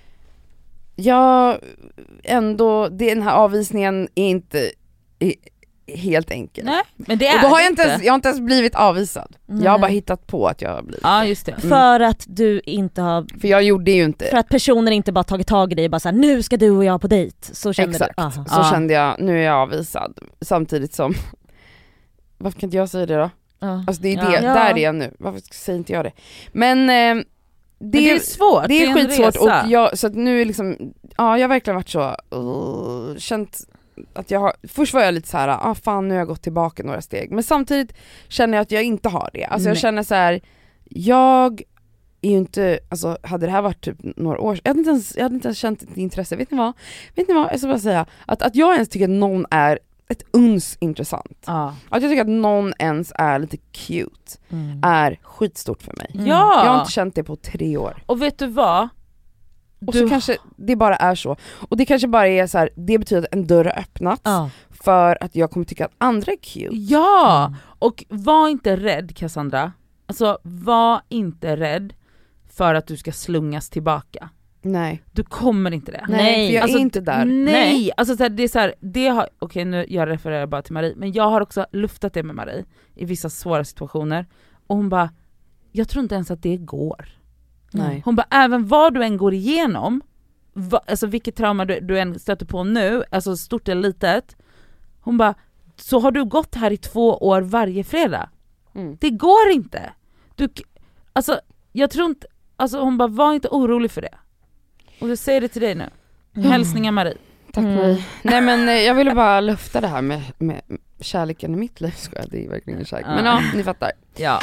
jag ändå, den här avvisningen är inte är helt enkelt. Nej, men det är och då har jag inte ens, jag har inte ens blivit avvisad. Nej. Jag har bara hittat på att jag har blivit. Ja, just det. Mm. För att du inte har... För jag gjorde ju inte... För att personen inte bara tagit tag i dig och bara såhär, nu ska du och jag på dejt. Så kände Exakt, du. så Ja. kände jag, nu är jag avvisad. Samtidigt som... Varför kan inte jag säga det då? Ja. Alltså det är Ja. det, Ja. där är jag nu. Varför säger inte jag det? Men... Eh, det, men det är svårt. Det är, det är skitsvårt och resa. jag, så att nu är liksom... Ja, jag har verkligen varit så... Uh, känt... Att jag har, först var jag lite så här, ah fan nu har jag gått tillbaka några steg. Men samtidigt känner jag att jag inte har det. Alltså jag Nej. känner så här, jag är ju inte, alltså hade det här varit typ några år, jag hade inte ens, jag hade inte ens känt ett intresse. Vet ni vad? Vet ni vad? Jag ska bara säga, att, att jag ens tycker att någon är ett uns intressant. Ja. Att jag tycker att någon ens är lite cute Mm. är skitstort för mig. Mm. Ja. Jag har inte känt det på tre år. Och vet du vad? Och Du... så kanske det bara är så. Och det kanske bara är så här, det betyder att en dörr har öppnats. Ja. För att jag kommer tycka att andra är cute. Ja, Mm. och var inte rädd, Cassandra. Alltså var inte rädd för att du ska slungas tillbaka. Nej. Du kommer inte det. Nej. för jag Alltså, är inte där. Nej, Nej. alltså så här, det är så här, det har, okej nu jag refererar bara till Marie, men jag har också luftat det med Marie i vissa svåra situationer. Och hon bara, jag tror inte ens att det går. Nej. Hon bara, även vad du än går igenom, va, alltså vilket trauma du, du än stöter på nu, alltså stort eller litet, hon bara, så har du gått här i två år varje fredag. Mm. Det går inte. Du, alltså jag tror inte, alltså hon bara, var inte orolig för det. Och jag säger det till dig nu. Mm. Hälsningar Marie. Tack Mm. Marie. Nej men eh, jag ville bara lufta det här med, med kärleken i mitt liv. Ska jag, det är verkligen ingen kärlek. Men ja, ni fattar. Ja.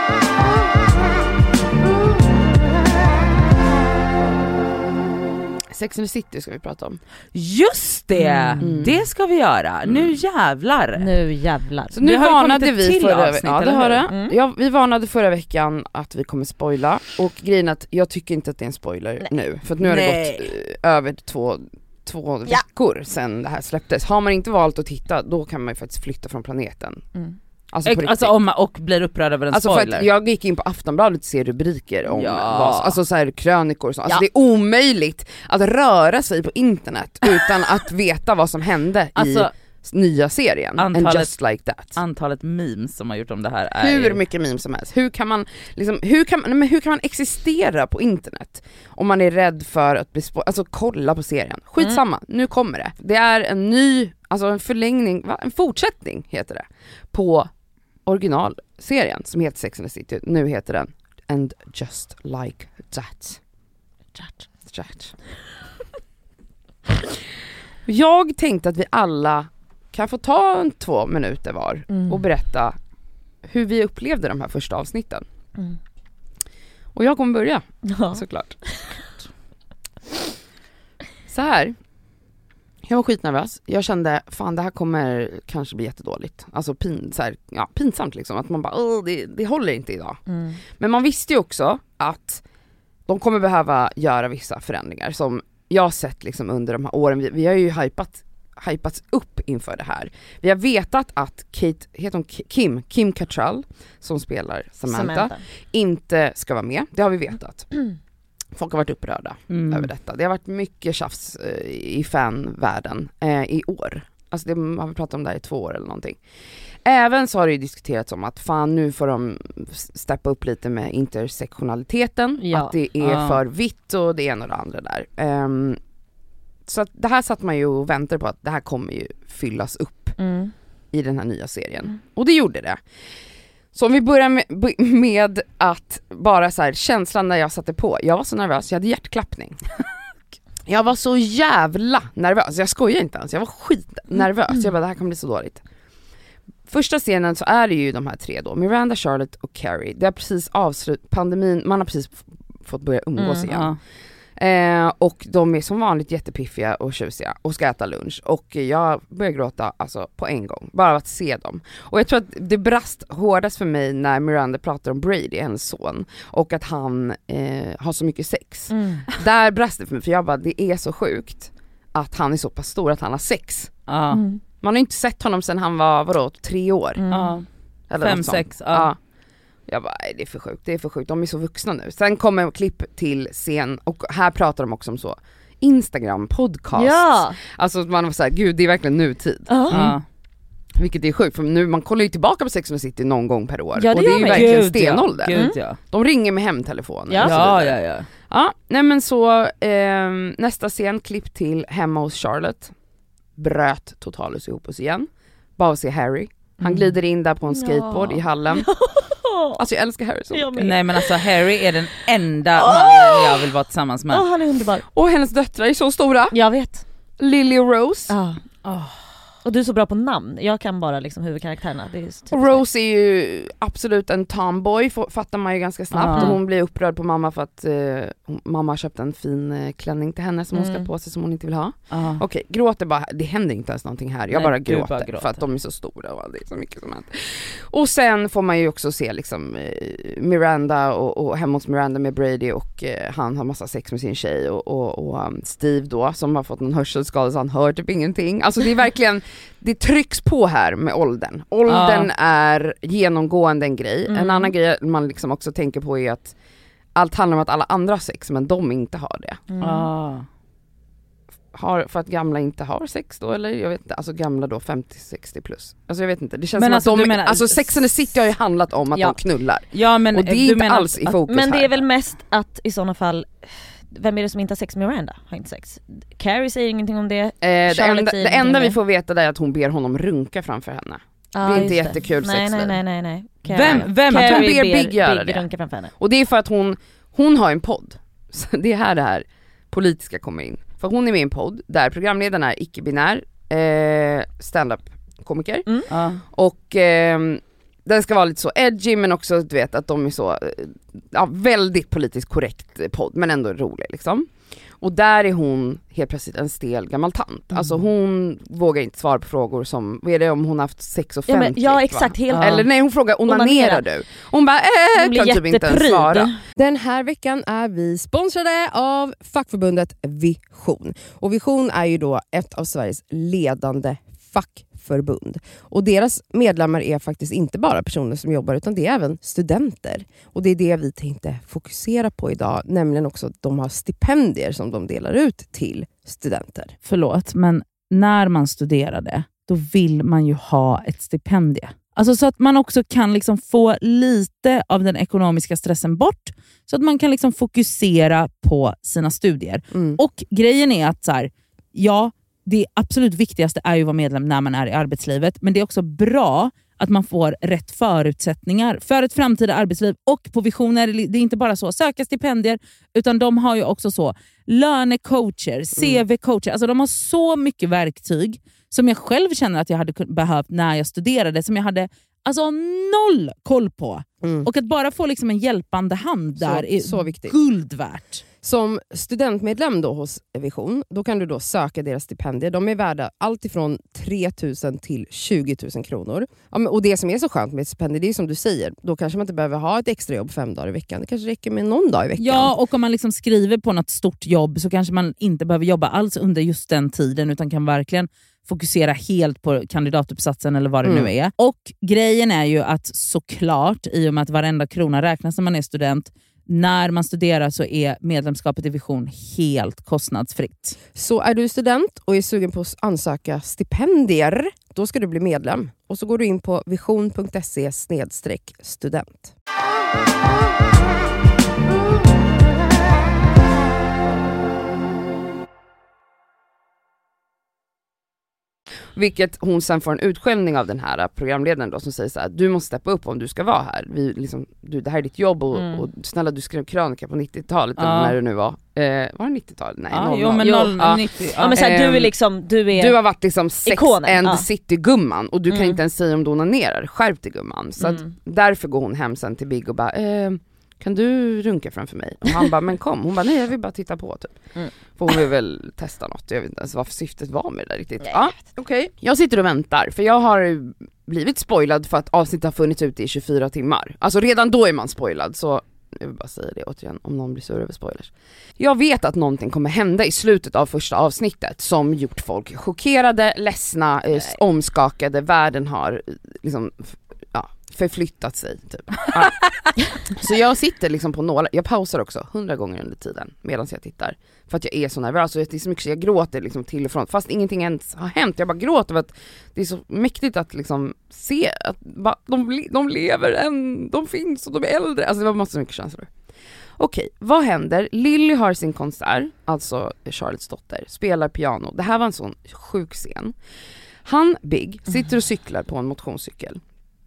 Sex and the City ska vi prata om. Just det! Mm. Det ska vi göra. Nu jävlar. Nu jävlar. Så nu Det har ju varnade kommit ett vi till förra avsnitt, veckan. Ja, det eller har hur? det. Mm. Ja, vi varnade förra veckan att vi kommer spoila. Och grejen är att jag tycker inte att det är en spoiler Nej. nu. För att nu har det Nej. gått eh, över två, två Ja. veckor sedan det här släpptes. Har man inte valt att titta, då kan man ju faktiskt flytta från planeten. Mm. Alltså, på Ex- alltså riktigt. om man och blir upprörd över en Alltså för spoiler. att jag gick in på Aftonbladet och ser rubriker om Ja. vad, alltså så här krönikor och så. Alltså Ja. det är omöjligt att röra sig på internet utan att veta vad som hände Alltså, i nya serien. And antalet- just like that. antalet memes som har gjort om det här är Hur ju- mycket memes som helst. Hur kan man liksom, hur kan, nej, men hur kan man existera på internet om man är rädd för att bli spo- alltså kolla på serien. Skitsamma, Mm. nu kommer det. Det är en ny, alltså en förlängning, va? En fortsättning heter det på originalserien som heter Sex and the City. Nu heter den And Just Like That. That. That. Jag tänkte att vi alla kan få ta en två minuter var Mm. och berätta hur vi upplevde de här första avsnitten. Mm. Och jag kommer börja, Ja. såklart. Så här. Jag var skitnervös. Jag kände, fan det här kommer kanske bli jättedåligt. Alltså pin, så här, ja, pinsamt liksom. Att man bara, åh, det, det håller inte idag. Mm. Men man visste ju också att de kommer behöva göra vissa förändringar som jag har sett liksom under de här åren. Vi, vi har ju hypat, hypats upp inför det här. Vi har vetat att Kate, heter hon Kim, Kim Cattrall som spelar Samantha, Samantha. inte ska vara med. Det har vi vetat. Folk har varit upprörda Mm. över detta. Det har varit mycket tjafs eh, i fanvärlden eh, i år. Alltså det har vi pratat om det här i två år eller någonting. Även så har det ju diskuterats om att fan nu får de steppa upp lite med intersektionaliteten. Ja. Att det är Ja. för vitt och det ena och det andra där. Ehm, så att det här satt man ju och väntade på att det här kommer ju fyllas upp Mm. i den här nya serien. Mm. Och det gjorde det. Så om vi börjar med, med att bara så här, känslan när jag satte på, jag var så nervös, jag hade hjärtklappning. Jag var så jävla nervös, jag skojar inte ens, jag var skitnervös. Jag bara, det här kommer bli så dåligt. första scenen så är det ju de här tre då, Miranda, Charlotte och Carrie. Det har precis avslut, pandemin, man har precis f- fått börja umgås Mm, igen. Ja. Eh, och de är som vanligt jättepiffiga och tjusiga och ska äta lunch. Och jag börjar gråta alltså på en gång, bara av att se dem. Och jag tror att det brast hårdast för mig när Miranda pratar om Brady, hennes son. Och att han eh, har så mycket sex. Mm. Där brast det för mig, för jag bara, det är så sjukt att han är så pass stor att han har sex. Ja. Mm. Man har ju inte sett honom sedan han var, vadå, tre år? Mm. Ja. Eller Fem, något sånt. sex, ja. Ja. Jag bara, nej, det är för sjukt, det är för sjukt, de är så vuxna nu. Sen kommer klipp till scen och här pratar de också om så Instagram, podcast. Ja. Alltså man var såhär, gud det är verkligen nutid. Ja. Ja. Vilket är sjukt, för nu man kollar ju tillbaka på Sex and the City någon gång per år. Ja, det och det är gör ju man. verkligen Gud, stenålder. Ja. Gud, ja. De ringer med hemtelefoner Ja. och så Ja, vidare. ja, ja. Ja, nej men så eh, nästa scen, klipp till hemma hos Charlotte. Bröt totalus ihop oss igen. Bara att se Harry. Han Mm. glider in där på en skateboard Ja. i hallen. Alltså jag älskar Harry så Jag mycket. med. Nej men alltså Harry är den enda mannen jag vill vara tillsammans med. Åh, han är underbar. Och hennes döttrar är så stora. Jag vet. Lily och Rose. Ja. Åh. Och du är så bra på namn. Jag kan bara liksom huvudkaraktärerna. Det är så Och Rose är ju absolut en tomboy, f- fattar man ju ganska snabbt. Ja. Och hon blir upprörd på mamma för att eh, hon- mamma har köpt en fin eh, klänning till henne som hon ska Mm. på sig som hon inte vill ha. Ja. Okej, gråter bara, det händer inte ens någonting här. Jag Nej, bara du gråter, bara gråter. för att de är så stora och det är så mycket som händer. Och sen får man ju också se liksom eh, Miranda och, och hemma hos Miranda med Brady och eh, han har massa sex med sin tjej och, och, och um, Steve då som har fått en hörselskada så han hör typ ingenting. Alltså det är verkligen, det trycks på här med åldern. Åldern Ja. är genomgående en grej. Mm. En annan grej man liksom också tänker på är att allt handlar om att alla andra har sex men de inte har det. Mm. Ja. Har, för att gamla inte har sex då eller jag vet inte, alltså gamla då femtio sextio plus. Alltså jag vet inte, det känns Men som alltså, att du de, menar- alltså Sex and the City har ju handlat om att Ja. de knullar. Ja men Och det är du inte menar alls i att- fokus Men det här. är väl mest att i sådana fall, vem är det som inte har sex med Miranda? Har inte sex. Carrie säger ingenting om det. Eh, det Charlotte enda, säger det enda ingenting vi om får veta är att hon ber honom runka framför henne. Ja, det är inte just jättekul nej, sexliv. nej, nej, nej, nej. Vem- vem- Carrie Att hon ber ber Big göra det. runka framför henne. Och det är för att hon, hon har en podd. Så det är här det här politiska kommer in. För hon är med i en podd där programledaren är icke-binär eh, stand-up-komiker. Mm. Ja. Och eh, den ska vara lite så edgy men också du vet att de är så eh, ja, väldigt politiskt korrekt podd men ändå rolig liksom. Och där är hon helt plötsligt en stel gammal tant. Mm. Alltså hon vågar inte svara på frågor som, vad är det om hon har haft sex Ja, offentligt? men, ja va? exakt, helt. Ja. Eller nej hon frågar, onanerar Onanera. du? Hon bara Hon äh, blir kan typ inte ens jättepryd. svara. Den här veckan är vi sponsrade av fackförbundet Vision. Och Vision är ju då ett av Sveriges ledande fackförbund. Och deras medlemmar är faktiskt inte bara personer som jobbar utan det är även studenter. Och det är det vi tänkte fokusera på idag, nämligen också att de har stipendier som de delar ut till studenter. Förlåt, men när man studerade, då vill man ju ha ett stipendie. Alltså så att man också kan liksom få lite av den ekonomiska stressen bort, så att man kan liksom fokusera på sina studier. Mm. Och grejen är att så här, ja, det absolut viktigaste är ju att vara medlem när man är i arbetslivet, men det är också bra att man får rätt förutsättningar för ett framtida arbetsliv. Och på Vision är det, det är inte bara så söka stipendier, utan de har ju också så lönecoacher, C V-coacher. Alltså de har så mycket verktyg som jag själv känner att jag hade kun- behövt när jag studerade, som jag hade alltså noll koll på. Mm. Och att bara få liksom en hjälpande hand där Så- är så viktigt. guld värt. Som studentmedlem då hos Vision, då kan du då söka deras stipendier. De är värda allt ifrån tre tusen till tjugo tusen kronor. Ja, men, och det som är så skönt med ett stipendium, det är som du säger, då kanske man inte behöver ha ett extra jobb fem dagar i veckan. Det kanske räcker med någon dag i veckan. Ja, och om man liksom skriver på något stort jobb så kanske man inte behöver jobba alls under just den tiden, utan kan verkligen fokusera helt på kandidatuppsatsen eller vad det Mm. nu är. Och grejen är ju att såklart, i och med att varenda krona räknas när man är student, när man studerar så är medlemskapet i Vision helt kostnadsfritt. Så är du student och är sugen på att ansöka stipendier, då ska du bli medlem. Och så går du in på vision punkt se snedstreck student. Vilket hon sen får en utskällning av den här programledaren då, som säger så här: du måste steppa upp om du ska vara här. Vi, liksom, du, det här är ditt jobb och, Mm. och snälla, du skrev krönika på nittiotalet Ja. eller när det nu var. Eh, var det nittiotalet? Nej, Ja, noll jo noll. men Jo. noll, Ja. nittio. Ja men så här, du är Ehm, liksom, du är... Du har varit liksom sex Ikonen, and ja. the city-gumman och du kan Mm. inte ens säga om du onanerar. Skärp dig gumman. Så att Mm. därför går hon hem sen till Big och bara eh, kan du runka framför mig? Och han bara, men kom. Hon bara, nej jag vill bara titta på typ. Mm. För hon vill väl testa något. Jag vet inte ens vad syftet var med det där riktigt. Nej, Ja, okej. Okay. Jag sitter och väntar för jag har blivit spoilad för att avsnittet har funnits ute i tjugofyra timmar. Alltså redan då är man spoilad, så jag vill bara säga det återigen om någon blir sur över spoilers. Jag vet att någonting kommer hända i slutet av första avsnittet som gjort folk chockerade, ledsna, eh, omskakade. Världen har eh, liksom f- ja, förflyttat sig typ. Ja. Så jag sitter liksom på nålar, jag pausar också hundra gånger under tiden medan jag tittar. För att jag är så nervös och det är så mycket så jag gråter liksom till och från. Fast ingenting ens har hänt, jag bara gråter för att det är så mäktigt att liksom se att va, de, de lever än, de finns och de är äldre. Alltså det var massor mycket känslor. Okej, vad händer? Lily har sin konsert, alltså Charlottes dotter, spelar piano. Det här var en sån sjuk scen. Han, Big, sitter och cyklar på en motionscykel.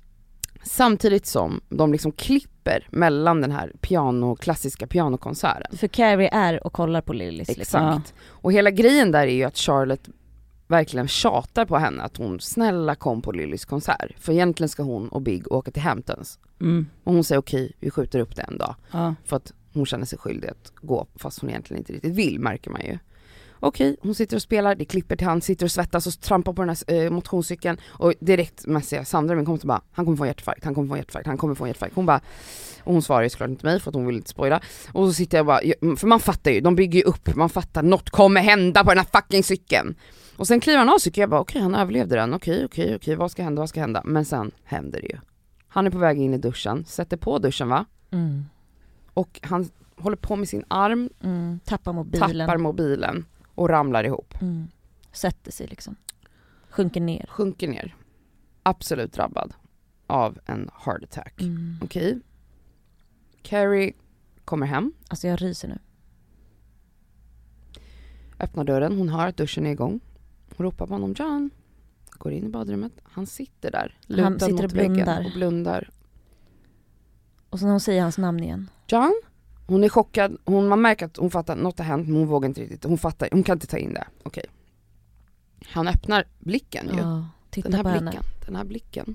Samtidigt som de liksom klipper mellan den här piano, klassiska pianokonserten. För Carrie är och kollar på Lillys liksom. Exakt. Och hela grejen där är ju att Charlotte verkligen tjatar på henne att hon snälla kom på Lillys konsert. För egentligen ska hon och Big åka till Hamptons. Mm. Och hon säger okej, vi skjuter upp det en dag. Ja. För att hon känner sig skyldig att gå fast hon egentligen inte riktigt vill, märker man ju. Okej, hon sitter och spelar, det klipper till han, sitter och svettas och trampar på den här eh, motionscykeln. Och direkt mässiga Sandra, min kompis, bara, han kommer få en hjärtinfarkt, han kommer få en hjärtinfarkt, han kommer få en hjärtinfarkt. Hon bara, och hon svarar ju såklart inte mig för att hon vill inte spoila. Och så sitter jag bara, för man fattar ju, de bygger ju upp, man fattar, något kommer hända på den här fucking cykeln. Och sen kliver han av cykeln, jag bara okej, han överlevde den, okej, okej, okej, vad ska hända, vad ska hända? Men sen händer det ju. Han är på väg in i duschen, sätter på duschen va? Mm. Och han håller på med sin arm, Mm. Tappar mobilen. tappar mobilen och ramlar ihop. Mm. Sätter sig liksom. Sjunker ner. Sjunker ner. Absolut drabbad av en heart attack. Mm. Okej. Carrie kommer hem, Alltså jag ryser nu. öppnar dörren, hon hör att duschen är igång. Hon ropar på honom, John. Går in i badrummet. Han sitter där, lutad Han sitter mot och blundar. väggen och blundar. Och så när hon säger hans namn igen. John? Hon är chockad. Hon, man märker att hon fattar att något har hänt, men hon vågar inte riktigt. Hon fattar, hon kan inte ta in det. Okej. Han öppnar blicken ju. Ja, titta Den här på blicken. henne. Den här blicken.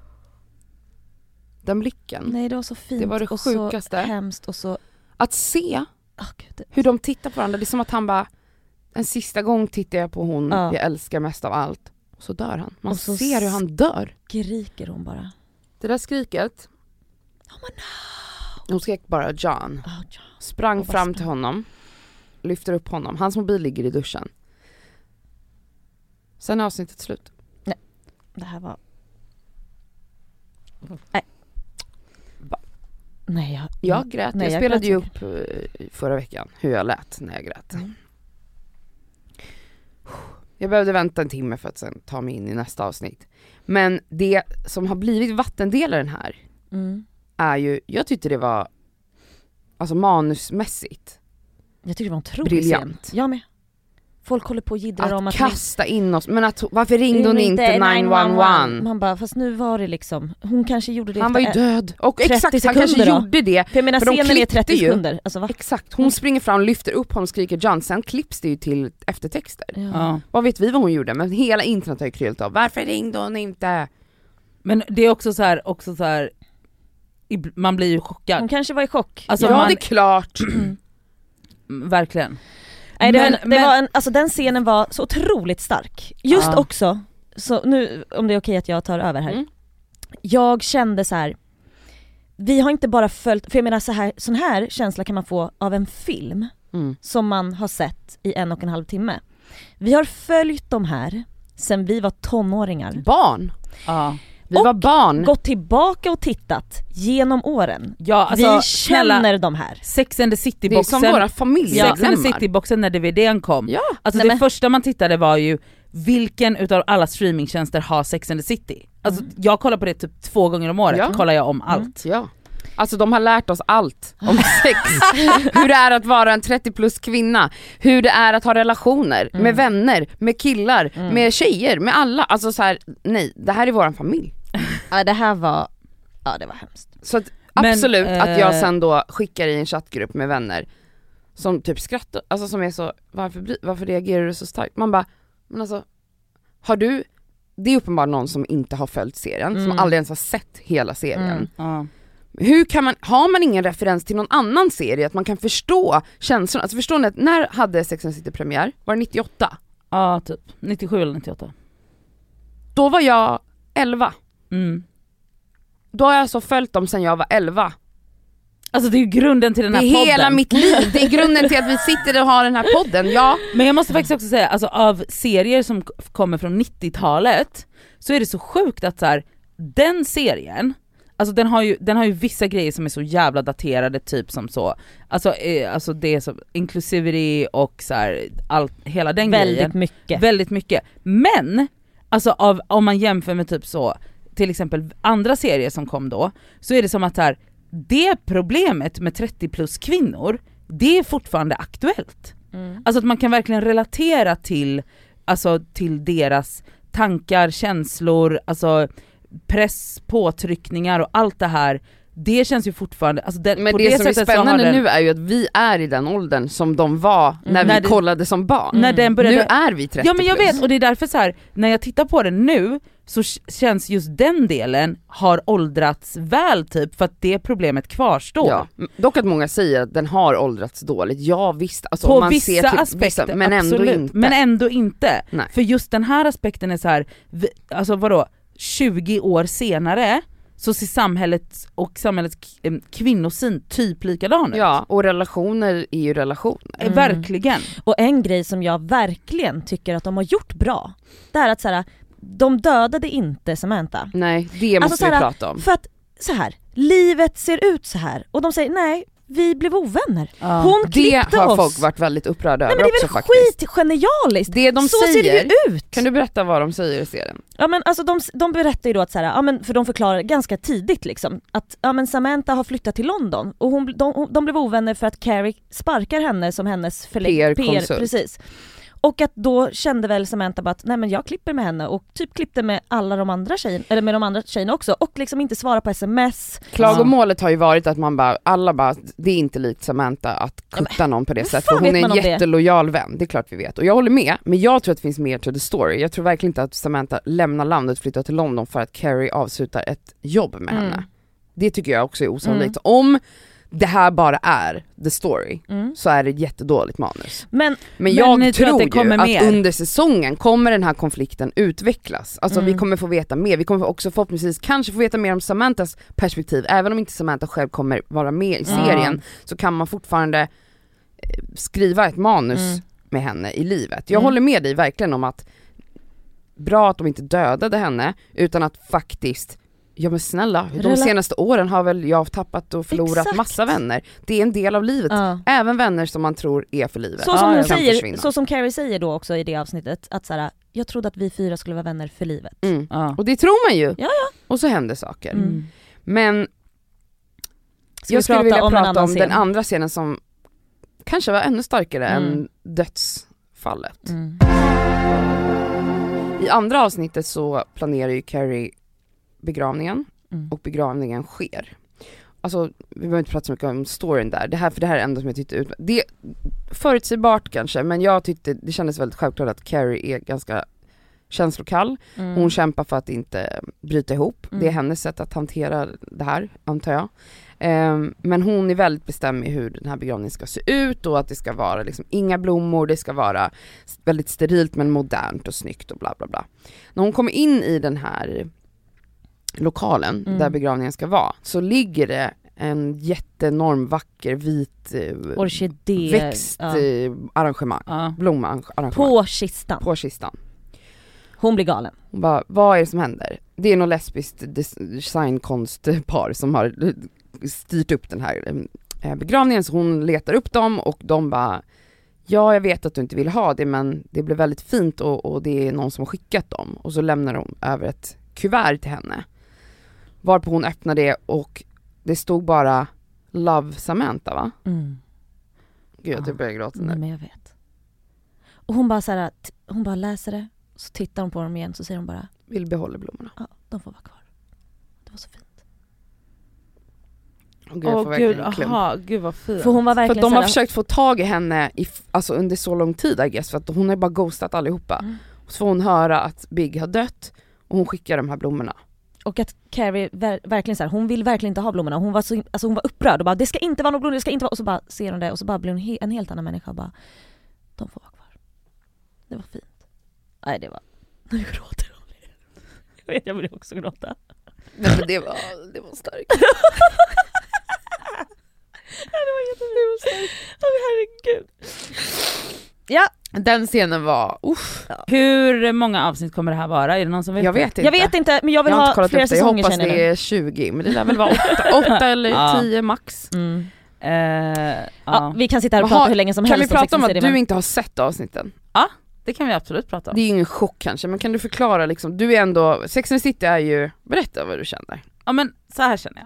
Den blicken. Nej, det var så fint Det var det och sjukaste. så hemskt och så... Att se Oh, Gud, det... hur de tittar på varandra. Det är som att han bara, en sista gång tittar jag på hon Ja. jag älskar mest av allt. Och så dör han. Man Och så ser hur han dör. skriker hon bara. Det där skriket. Oh, men no. Hon skrek bara John. Oh, John. Sprang Och bara fram sprang. till honom. Lyfter upp honom. Hans mobil ligger i duschen. Sen är avsnittet slut. Det här var... Nej. Va? Nej, jag... Jag grät. Nej, jag, jag spelade grät ju säkert. upp eh, förra veckan hur jag lät när jag grät. Mm. Jag behövde vänta en timme för att sen ta mig in i nästa avsnitt. Men det som har blivit vattendelaren här Mm. är ju, jag tyckte det var alltså manusmässigt Jag tycker det var en otrolig briljant. scen. Jag med. Folk håller på och jiddrar Att om att... kasta in oss, men att, varför ringde hon Ring inte nio ett ett? Man bara, fast nu var det liksom... Hon kanske gjorde det Han var ju efter... död. Och trettio exakt, han kanske sekunder då. gjorde det. För jag menar För de scenen är klippte trettio ju. sekunder. Alltså va? Exakt, hon springer fram, lyfter upp honom, skriker John, sen klipps det ju till eftertexter. Ja. Ja. Vad vet vi vad hon gjorde, men hela internet har ju kryllt av. Varför ringde hon inte? Men det är också så här, också så här, ib- man blir ju chockad. Hon kanske var i chock. Alltså, ja man- det är klart. Mm, verkligen. Nej, det Men- var, det men- var en, alltså den scenen var så otroligt stark. Just Ja. också, så nu om det är okej att jag tar över här. Mm. Jag kände så här. Vi har inte bara följt, för jag menar så här, sån här känsla kan man få av en film Mm. som man har sett i en och en halv timme. Vi har följt de här sen vi var tonåringar. Barn. Ja. Vi Och var barn. Gått tillbaka och tittat genom åren. Ja, alltså, vi känner snälla, de här. Sex and the Det är som City-boxen. våra familjemedlemmar. Sex and the City-boxen när D V D:n kom. Ja. Alltså Nej, det men- första man tittade var ju vilken utav alla streamingtjänster har Sex and the City. Alltså Mm. jag kollar på det typ två gånger om året, Ja. kollar jag om allt. Ja. Alltså de har lärt oss allt om sex. Hur det är att vara en trettio plus kvinna. Hur det är att ha relationer Mm. med vänner, med killar, Mm. med tjejer, med alla. Alltså så här, nej, det här är våran familj. Ja, det här var, ja det var hemskt. Så att, Men, absolut eh, att jag sen då skickar i en chattgrupp med vänner som typ skrattar, alltså som är så, varför, bli- varför reagerar du så starkt? Man bara, men alltså, har du, det är uppenbarligen någon som inte har följt serien, Mm. som aldrig ens har sett hela serien. Mm. Ja. Hur kan man, har man ingen referens till någon annan serie att man kan förstå känslorna? Alltså förstår ni att när hade Sex and the City premiär? Var det nittioåtta? Ja, typ nittiosju eller nittioåtta. Då var jag elva. Mm. Då har jag alltså följt dem sedan jag var elva. Alltså det är ju grunden till den Det här är podden. hela mitt liv, det är grunden till att vi sitter och har den här podden, ja. Men jag måste faktiskt också säga, alltså av serier som k- kommer från nittiotalet så är det så sjukt att så här, den serien, alltså den har, ju, den har ju vissa grejer som är så jävla daterade, typ som så, alltså, eh, alltså det är så inclusivity och så här, allt, hela den Väldigt grejen. mycket. Väldigt mycket. Men, alltså av, om man jämför med typ så, till exempel andra serier som kom då, så är det som att så här, det problemet med trettio plus kvinnor, det är fortfarande aktuellt. Mm. Alltså att man kan verkligen relatera till, alltså till deras tankar, känslor, alltså press, påtryckningar och allt det här. Det känns ju fortfarande, alltså det, Men på det, det som är sättet så har spännande den, nu är ju att vi är i den åldern som de var när Mm. vi När det- kollade som barn. när den började, Nu är vi trettio ja men jag plus. vet, och det är därför så här, när jag tittar på den nu så k- känns just den delen har åldrats väl typ, för att det problemet kvarstår. Ja. Dock att många säger att den har åldrats dåligt. Ja visst, alltså, På om man vissa ser till aspekter, vissa, men ändå absolut. inte. Men ändå inte. Nej. För just den här aspekten är så här, vi, alltså vadå, tjugo år senare så ser samhället och samhällets k- em, kvinnosyn typ likadan ut. Ja, och relationer är ju relationer. Eh, Verkligen. Och en grej som jag verkligen tycker att de har gjort bra, det är att så här, de dödade inte Samantha. Nej, det måste Alltså, vi såhär, prata om. För att så här, livet ser ut så här och de säger nej, vi blev ovänner. Ja. Hon Det klippte har oss. folk varit väldigt upprörda Nej över men det är också väl faktiskt. skitgenialiskt. Det de så säger, ser det ju ut. kan du berätta vad de säger i serien? Ja men alltså de, de berättar ju då att så här, ja men för de förklarar ganska tidigt liksom att ja men Samantha har flyttat till London och hon, de, de blev ovänner för att Carrie sparkar henne som hennes förlägg- P R-konsult. precis. Och att då kände väl Samantha bara att nej men jag klipper med henne och typ klippte med alla de andra tjejerna, eller med de andra tjejerna också, och liksom inte svara på sms. Klagomålet har ju varit att man bara, alla bara, det är inte likt Samantha att kutta någon på det vad sättet, fan för hon vet är man en om det? jättelojal vän, det är klart vi vet. Och jag håller med, men jag tror att det finns mer to the story. Jag tror verkligen inte att Samantha lämnar landet och flyttar till London för att Carrie avslutar ett jobb med Mm. henne. Det tycker jag också är osannolikt. Om det här bara är the story, Mm. så är det ett jättedåligt manus. Men Men Men jag ni tror tror, att det kommer ju att mer? under säsongen kommer den här konflikten utvecklas. Alltså Mm. vi kommer få veta mer, vi kommer också förhoppningsvis kanske få veta mer om Samanthas perspektiv. Även om inte Samantha själv kommer vara med i Mm. serien, så kan man fortfarande eh, skriva ett manus Mm. med henne i livet. Jag Mm. håller med dig verkligen om att bra att de inte dödade henne, utan att faktiskt, ja men snälla, de Rela- senaste åren har väl jag tappat och förlorat Exakt. massa vänner. Det är en del av livet. ja. Även vänner som man tror är för livet. Så som Ja, hon kan säger, försvinna. så som Carrie säger då också i det avsnittet, att så här, jag trodde att vi fyra skulle vara vänner för livet. Mm. Ja. Och det tror man ju. Ja, ja. Och så händer saker. Mm. Men Ska jag vi skulle prata vilja om en prata annan om scen? den andra scenen som kanske var ännu starkare Mm. än dödsfallet. Mm. I andra avsnittet så planerar ju Carrie begravningen, Mm. och begravningen sker. Alltså, vi behöver inte prata så mycket om storyn där. Det här, för det här är ändå som jag tyckte ut. Det är förutsägbart kanske, men jag tyckte det kändes väldigt självklart att Carrie är ganska känslokall. Mm. Hon kämpar för att inte bryta ihop. Mm. Det är hennes sätt att hantera det här, antar jag. Ehm, men hon är väldigt bestämd i hur den här begravningen ska se ut, och att det ska vara liksom inga blommor, det ska vara väldigt sterilt men modernt och snyggt och bla bla bla. När hon kommer in i den här lokalen Mm. där begravningen ska vara, så ligger det en jättenorm vacker vit eh, Orkidé. växtarrangemang, ja. eh, arrangemang, Ja. blomarrangemang På kistan. på kistan. Hon blir galen. Hon bara, vad är det som händer? Det är något lesbiskt des- designkonstpar som har styrt upp den här eh, begravningen, så hon letar upp dem och de bara, ja jag vet att du inte vill ha det, men det blev väldigt fint och, och det är någon som har skickat dem. Och så lämnar de över ett kuvert till henne, varpå hon öppnar det och det stod bara Love Samantha, va? Mm. Gud, jag Ja. börjar gråta Nej, nu. men jag vet. Och hon bara så här, t- hon bara läser det, så tittar hon på dem igen, så säger hon bara, Vill behålla blommorna. ja, de får vara kvar. Det var så fint. Åh gud, jag Åh får gud, verkligen en klump. aha, gud vad fint. För hon var För verkligen att de så har här, försökt få tag i henne i, f- alltså under så lång tid, I guess, för att hon har ju bara ghostat allihopa. Mm. Så får hon höra att Big har dött och hon skickar de här blommorna. och att Carrie ver- verkligen så här, hon vill verkligen inte ha blommorna. Hon var så, alltså hon var upprörd och bara, det ska inte vara några blommor, det ska inte vara, och så bara ser hon det och så bara blir hon he- en helt annan människa och bara, de får vara kvar. Det var fint. Nej, det var, nu gråter hon. Jag vet, jag vill också gråta. Nej, men det var, det var starkt. Det var jättefint. Åh, herregud. Ja, Den scenen var, uff, Hur många avsnitt kommer det här vara? Är det någon som vet? jag vet inte. jag vet inte, men jag vill Jag har inte ha kollat flera upp det, jag säsonger, hoppas känner jag det nu. är tjugo, men det lär väl vara åtta, åtta eller Ja. tio max. Mm. Eh, ja. Ja, vi kan sitta här och Vad har- prata hur länge som Kan vi helst prata Sex om and att the City, du men- inte har sett avsnitten? Det kan vi absolut prata om. Det är ju ingen chock kanske, men kan du förklara liksom, du är ändå, Sex and the City är ju, berätta vad du känner. Ja men så här känner jag.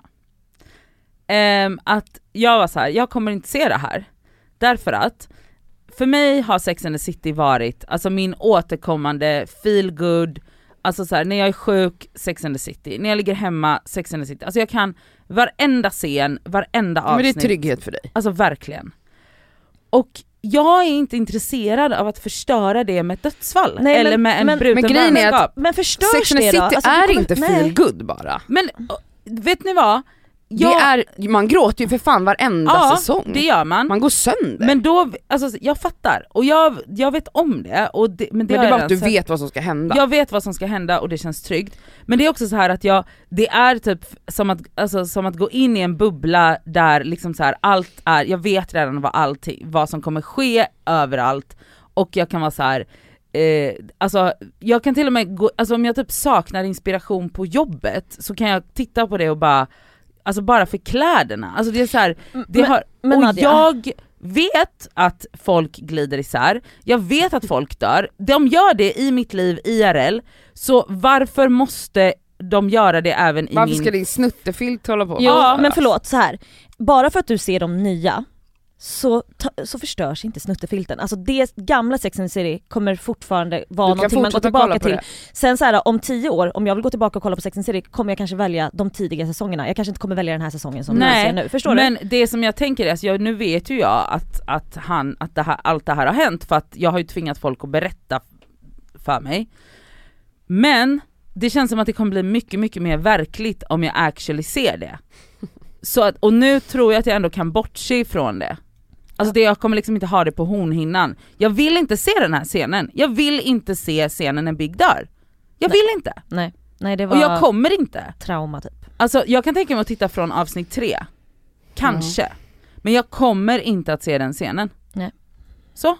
Ehm, att jag var så här, jag kommer inte se det här. Därför att för mig har Sex and the City varit alltså min återkommande feel good, alltså så här, när jag är sjuk, Sex and the City, när jag ligger hemma, Sex and the City. Alltså jag kan varenda scen, varenda Men det är avsnitt. trygghet för dig. Alltså verkligen. Och jag är inte intresserad av att förstöra det med ett dödsfall. Nej, men- eller med en men- bruten men grejen är att- vänskap. Men förstörs Sex and the det City då? Alltså, du är kommer- inte nej. feel good bara. Men vet ni vad? Jag, Det är, man gråter ju för fan varenda ja, säsong. det gör man. Man går sönder. Men då, alltså jag fattar, och jag, jag vet om det, och det men det men har det är jag bara att du redan sett. vet vad som ska hända. Jag vet vad som ska hända och det känns tryggt. Men det är också så här att jag, det är typ som att, alltså, som att gå in i en bubbla där liksom så här, allt är, jag vet redan vad, allting, vad som kommer ske överallt, och jag kan vara så här. Eh, alltså jag kan till och med gå, alltså om jag typ saknar inspiration på jobbet så kan jag titta på det och bara, alltså bara för kläderna, alltså det är så här, det Men- har, men och Nadia- jag vet att folk glider isär, jag vet att folk dör, de gör det i mitt liv I R L, så varför måste de göra det även i Varför min... ska din snuttefilt hålla på? Jo, Ja. men förlåt, så här. Bara för att du ser de nya så, ta, så förstörs inte snuttefilten. Alltså det gamla Sex and the City kommer fortfarande vara Du kan någonting man går fortsätta tillbaka kolla på till. det. Sen så här, om tio år, om jag vill gå tillbaka och kolla på Sex and the City, kommer jag kanske välja de tidiga säsongerna. Jag kanske inte kommer välja den här säsongen som Nej, jag ser nu. Förstår men du? det som jag tänker är, alltså jag, nu vet ju jag att, att, han, att det här, allt det här har hänt, för att jag har ju tvingat folk att berätta för mig. Men det känns som att det kommer bli mycket, mycket mer verkligt om jag actually ser det. Så att, och nu tror jag att jag ändå kan bortse ifrån det. Alltså det, jag kommer liksom inte ha det på hornhinnan. Jag vill inte se den här scenen. Jag vill inte se scenen när Big dör. Jag Nej. vill inte. Nej, nej det var Och jag kommer inte. trauma typ. Alltså jag kan tänka mig att titta från avsnitt tre. Kanske. Men jag kommer inte att se den scenen. Nej. Så.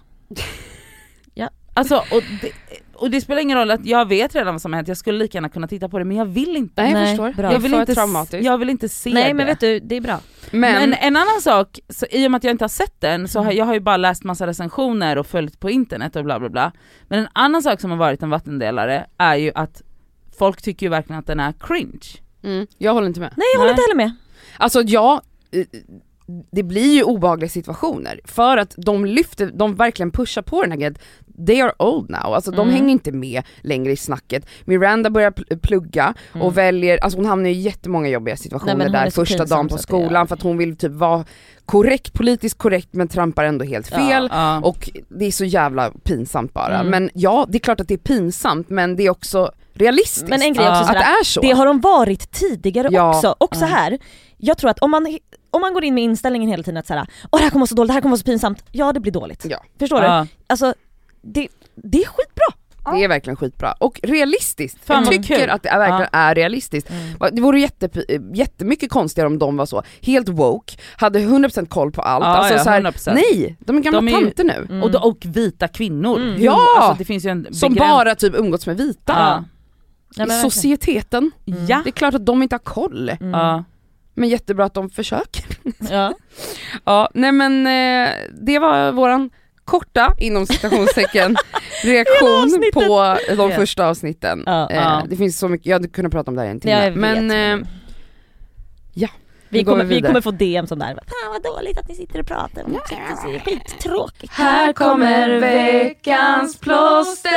Ja. Alltså, och det, och det spelar ingen roll att jag vet redan vad som har hänt. Jag skulle lika gärna kunna titta på det, men jag vill inte. Nej, jag Nej, förstår. bra. Jag Jag vill, för inte, traumatiskt. jag vill inte se Nej det. men vet du, det är bra. Men, Men en annan sak, så i och med att jag inte har sett den så har jag har ju bara läst massa recensioner och följt på internet och bla bla bla. Men en annan sak som har varit en vattendelare är ju att folk tycker ju verkligen att den är cringe. mm, jag håller inte med. Nej jag håller Nej. inte heller med. Alltså ja, eh, det blir ju obehagliga situationer för att de lyfter, de verkligen pushar på den här grejen. They are old now, alltså de Mm. hänger inte med längre i snacket. Miranda börjar pl- plugga Mm. och väljer, alltså hon hamnar i jättemånga jobbiga situationer Nej, men hon är där så första pinsam dagen på så att det skolan är- för att hon vill typ vara korrekt, politiskt korrekt men trampar ändå helt fel. Ja. Och det är så jävla pinsamt bara. Mm. Men ja, det är klart att det är pinsamt men det är också realistiskt. Men en grej Ja. också att sådär, det är så. det har de varit tidigare Ja. också. Och så Ja. här, jag tror att om man, om man går in med inställningen hela tiden att såhär, åh det här kommer vara så dåligt, det här kommer vara så pinsamt. Ja det blir dåligt. Ja. Förstår du? Ja. Alltså det, det är skitbra. Det är verkligen skitbra. Och realistiskt. Fan, jag vad tycker kul. att det är verkligen är realistiskt. Mm. Det vore jätte, jättemycket konstigare om de var så helt woke, hade hundra procent koll på allt. Ja, alltså, ja, så här, hundra procent. nej, de är gamla De är ju- tanter nu. Mm. Och, då, och vita kvinnor. Mm. Hur- Ja! Alltså, det finns ju en Som begräns- bara typ umgåtts med vita. Ja. Nej, men I verkligen. societeten. Mm. Ja. Det är klart att de inte har koll. Mm. Ja. Men jättebra att de försöker. Ja. Ja, nej men eh, det var våran korta, inom citationstecken, reaktion avsnittet. på de Ja. första avsnitten. Ja. Eh, Ja. det finns så mycket, jag hade kunnat prata om det här i en timme. Ja, jag vet. men eh, Vi går kommer, vi vi vidare. kommer få D M som där. Fan vad dåligt att ni sitter och pratar. Ja, ja. Skittråkigt. Här kommer veckans plåster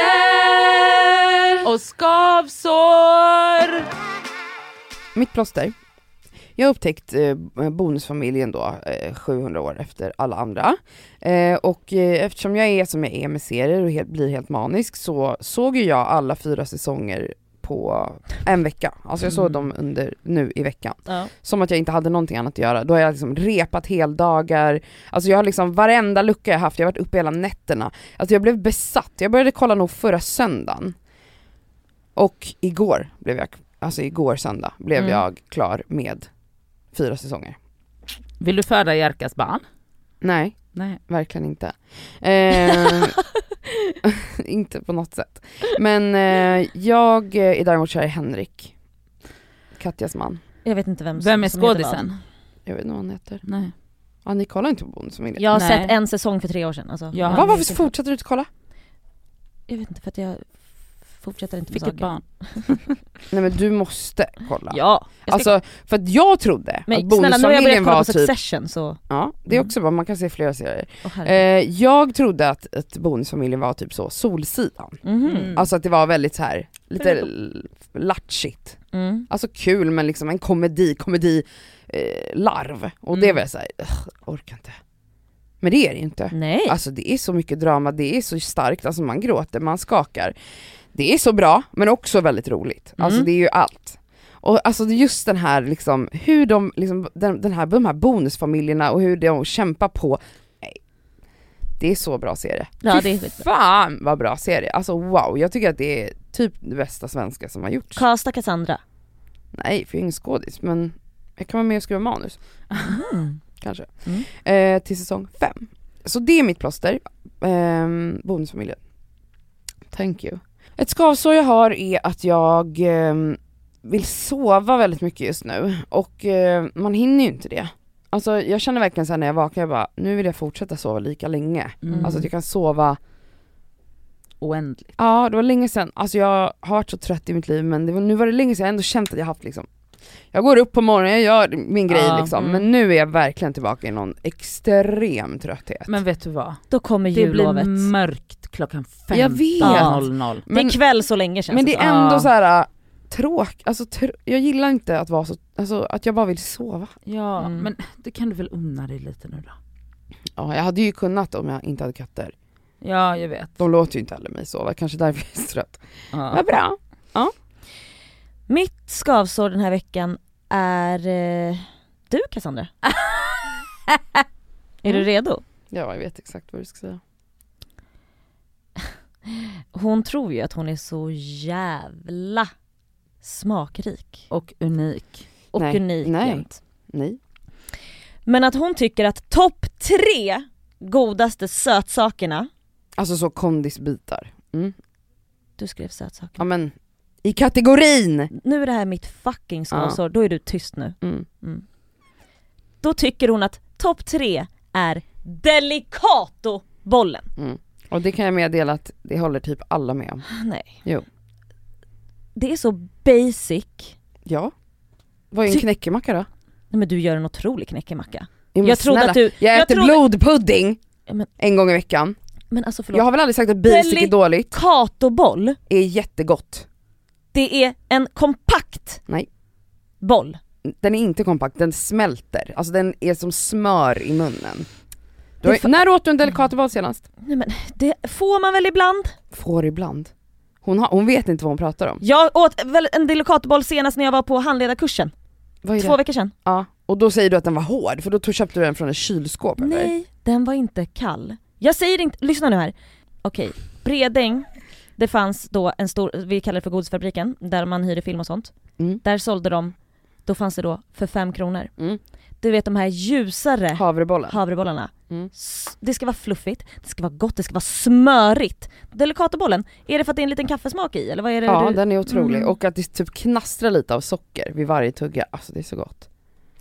och skavsår. Mitt plåster. Jag har upptäckt eh, Bonusfamiljen då eh, sjuhundra år efter alla andra. Eh, och eh, eftersom jag är som jag är med serier och helt, blir helt manisk så såg ju jag alla fyra säsonger på en vecka. Alltså jag såg Mm. dem under nu i veckan. Ja. Som att jag inte hade någonting annat att göra. Då har jag liksom repat heldagar. Alltså jag har liksom varenda lucka jag haft. Jag har varit uppe hela nätterna. Alltså jag blev besatt. Jag började kolla nog förra söndagen. Och igår blev jag, alltså igår söndag blev Mm. jag klar med fyra säsonger. Vill du föda Jerkas barn? Nej, Nej. verkligen inte. Eh, inte på något sätt. Men eh, jag är däremot kär i Henrik. Katjas man. Jag vet inte vem som, Vem är som heter skådisen? vad. Jag vet inte vad han heter. Nej. Ja, ni kollar inte på Bonusfamiljen? Jag har Nej. sett en säsong för tre år sedan. Alltså. Ja. Va, varför fortsätter du inte kolla? Jag vet inte, för att jag fortsätter inte med Fick ett saker. barn. Nej men du måste kolla. Ja, jag ska, Alltså, för att jag trodde men att snälla, nu har jag börjat Bonusfamiljen kolla var på typ... Succession så... Ja, det är Mm. också bra, man kan se flera serier. Åh, herregud. Eh, jag trodde att, att Bonusfamiljen var typ så Solsidan. Mhm. Mm. Alltså att det var väldigt så här lite l- latchigt. Mm. Alltså kul men liksom en komedi, komedi eh, larv. Och det Mm. var jag såhär, orkar inte. Men det är det ju inte. Nej. Alltså det är så mycket drama, det är så starkt, alltså man gråter, man skakar. Det är så bra, men också väldigt roligt. Alltså Mm. det är ju allt. Och alltså just den här liksom, hur de, liksom, den, den här, de här bonusfamiljerna och hur de kämpar på. Nej, det är så bra serie. Ja, Fy det är fan vad bra serie. Alltså wow, jag tycker att det är typ det bästa svenska som har gjorts. Kasta Cassandra. Nej, för jag är ingen skådis, men jag kan vara med och skriva manus. Mm. Kanske. Mm. Eh, till säsong fem. Så det är mitt plåster. Eh, bonusfamiljen. Thank you. Ett skavsår jag har är att jag eh, vill sova väldigt mycket just nu. Och eh, man hinner ju inte det. Alltså jag känner verkligen så här när jag vaknar, jag bara, nu vill jag fortsätta sova lika länge. Mm. Alltså att jag kan sova. Oändligt. Ja, det var länge sedan. Alltså jag har varit så trött i mitt liv, men det var, nu var det länge sedan jag ändå känt att jag haft liksom, jag går upp på morgonen, jag gör min grej Ja, liksom, mm. men nu är jag verkligen tillbaka i någon extrem trötthet. Men vet du vad? Då kommer Det jullovet. blir mörkt klockan Jag vet. femton noll noll. Det är kväll så länge känns men det det är som. ändå Ja. så här äh, tråk, alltså tr- jag gillar inte att vara så, alltså att jag bara vill sova. Ja, Mm. men det kan du väl unna dig lite nu då? Ja, jag hade ju kunnat om jag inte hade katter. Ja, jag vet. De låter ju inte heller mig sova, kanske därför jag är så trött. Ja. Vad bra. Mitt skavsår den här veckan är eh, du Cassandra. Är du redo? Ja, jag vet exakt vad du ska säga. Hon tror ju att hon är så jävla smakrik Och unik. och Nej, unik nej. jämt. Nej. Men att hon tycker att topp tre godaste sötsakerna, Alltså så kondisbitar. Mm. du skrev sötsaker. Ja men, i kategorin! Nu är det här mitt fucking skavsår, då är du tyst nu. Mm. Mm. Då tycker hon att topp tre är Delicato-bollen. Mm. Och det kan jag meddela att det håller typ alla med om. Nej. Jo. Det är så basic. Ja. Vad är en Ty- knäckemacka då? Nej, men du gör en otrolig knäckemacka. Ja, men Jag trodde snälla, att du... Jag jag äter trodde- blodpudding Ja, men, en gång i veckan. men alltså förlåt. Jag har väl aldrig sagt att basic Deli- är dåligt. Delicato-boll, Är jättegott. det är en kompakt Nej. boll. Den är inte kompakt, den smälter. Alltså den är som smör i munnen. Du Det har, fa- när åt du en Delicatoboll senast? Nej, men det får man väl ibland? Får ibland. Hon, har, hon vet inte vad hon pratar om. Jag åt väl en Delicatoboll senast när jag var på handledarkursen. Vad är Två det? veckor sedan. Ja. Och då säger du att den var hård, för då tog, köpte du den från ett kylskåp eller? Nej, den var inte kall. Jag säger inte, lyssna nu här. Okej, Bredäng, det fanns då en stor, vi kallar det för godisfabriken, där man hyrde film och sånt. Mm. Där sålde de, då fanns det då för fem kronor. Mm. Du vet de här ljusare Havrebollen. havrebollarna. Mm. S- Det ska vara fluffigt, det ska vara gott, det ska vara smörigt. Delicatobollen, är det för att det är en liten kaffesmak i eller vad är det Ja, du... den är otrolig. Mm. Och att det typ knastrar lite av socker vid varje tugga. Alltså det är så gott.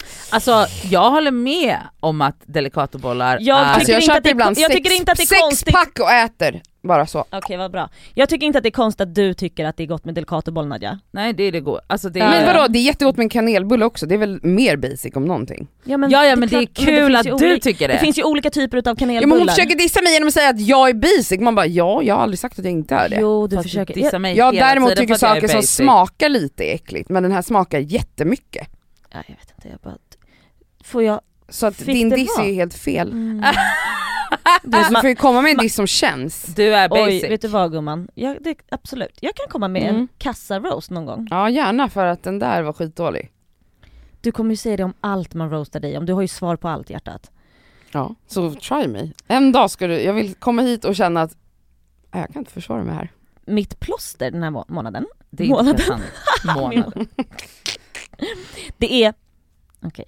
Alltså jag håller med om att Delicatobollar Jag är... Alltså jag inte att köper det- ibland jag sex, tycker inte att det är sex konstigt. pack och äter. Bara så. Okej, vad bra. Jag tycker inte att det är konstigt att du tycker att det är gott med Delicatoboll, Nadja. Nej det är det går. Alltså det Men är... vadå, det är jättegott med en kanelbulle också. Det är väl mer basic om någonting. Ja men, Ja ja men det är klart- kul men det att finns ju du olika- tycker det. Det finns ju olika typer av Ja, men kanelbullar. hon försöker dissa mig genom att säga att jag är basic. Man bara, ja, jag har aldrig sagt att jag inte är det. Jo, du Fast försöker. dissa Ja, mig Jag hela däremot tiden tycker för att jag är saker som basic. smakar lite äckligt, men den här smakar jättemycket. ja, jag vet inte, jag bara... Får jag... Så att Fick din det diss vara? är ju helt fel. Mm. Du man- får ju komma med en diss som känns. Du är basic. Oj, vet du vad gumman? Jag, det, absolut. Jag kan komma med Mm. en kassa roast någon gång. Ja gärna, för att den där var skitdålig. Du kommer ju säga det om allt man roastar dig om. Du har ju svar på allt, hjärtat. Ja, så try me. En dag ska du, jag vill komma hit och känna att äh, jag kan inte försvara mig här. Mitt plåster den här må- månaden. Det är Månaden. intressant. Månaden. Det är... Okej.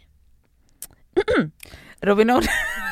Robin Hood.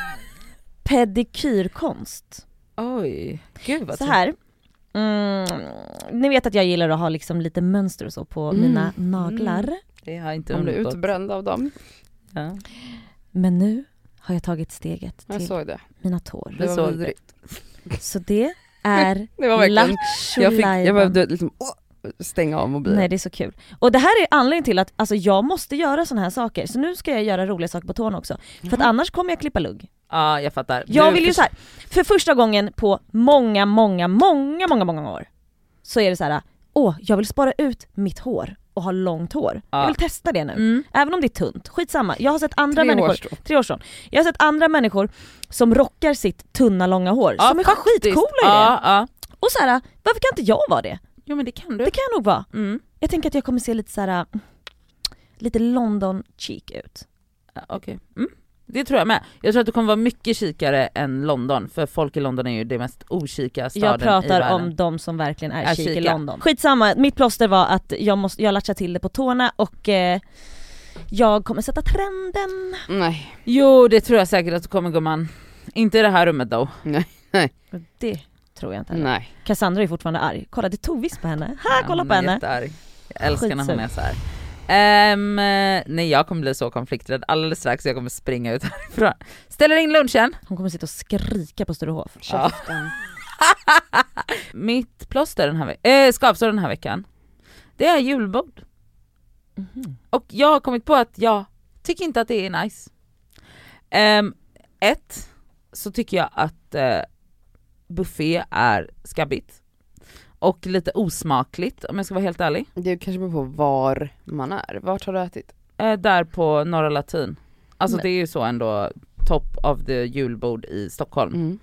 Pedikyrkonst. Oj, gud vad Så här. Mm, ni vet att jag gillar att ha liksom lite mönster och så på Mm. mina naglar. Det har inte De blir undgått. utbrända av dem. Ja. Men nu har jag tagit steget Jag till såg det. mina tår. Det Jag var såg vidrigt. Så det är Det var verkligen, Lattjo jag, fick, jag Lajban. behövde liksom åh, stänga av mobilen. Nej, det är så kul. Och det här är anledningen till att alltså, jag måste göra såna här saker. Så nu ska jag göra roliga saker på tårna också. För att annars kommer jag klippa lugg. Ja, jag fattar. Jag Du vill ju förs- så här, för första gången på många, många, många, många, många år så är det så här: åh, jag vill spara ut mitt hår och ha långt hår. Ja. Jag vill testa det nu. Mm. Även om det är tunt. Skitsamma. Jag har sett andra Tre människor, hårstrå. tre år sedan. Jag har sett andra människor som rockar sitt tunna, långa hår. Ja, som är faktiskt. skitcoola i det. Ja, ja. Och så här, varför kan inte jag vara det? Jo men det kan du. Det kan jag nog vara. Mm. Jag tänker att jag kommer se lite så här, lite London cheek ut. Ja, Okej. Mm. Det tror jag med. Jag tror att du kommer vara mycket kikare än London, för folk i London är ju det mest okika staden Jag i pratar världen. om de som verkligen är, Är chic i chica. London. Skitsamma, mitt plåster var att jag, måste, jag latchar till det på tårna och eh, jag kommer sätta trenden. Nej. Jo det tror jag säkert att du kommer gumman. Inte i det här rummet då. Och det tror jag inte heller. Nej. Cassandra är fortfarande arg. Kolla, det tog visst på henne. Ha, Ja, kolla hon på är henne. jättearg. Jag älskar när hon Skitsur. är så här. Ehm, nej jag kommer bli så konflikträdd alldeles strax, jag kommer springa ut härifrån. Ställer in lunchen. Hon kommer sitta och skrika på Sturehof. Ja. Mitt plåster den här veckan, äh, skavsår den här veckan, det är julbord. Mhm. Och jag har kommit på att jag tycker inte att det är nice. Um, ett, så tycker jag att uh, buffé är skabbigt. Och lite osmakligt om jag ska vara helt ärlig. Det kanske beror på var man är. Vart har du ätit? Uh, där på Norra Latin. Alltså Men- det är ju så ändå top of the julbord i Stockholm. Mm.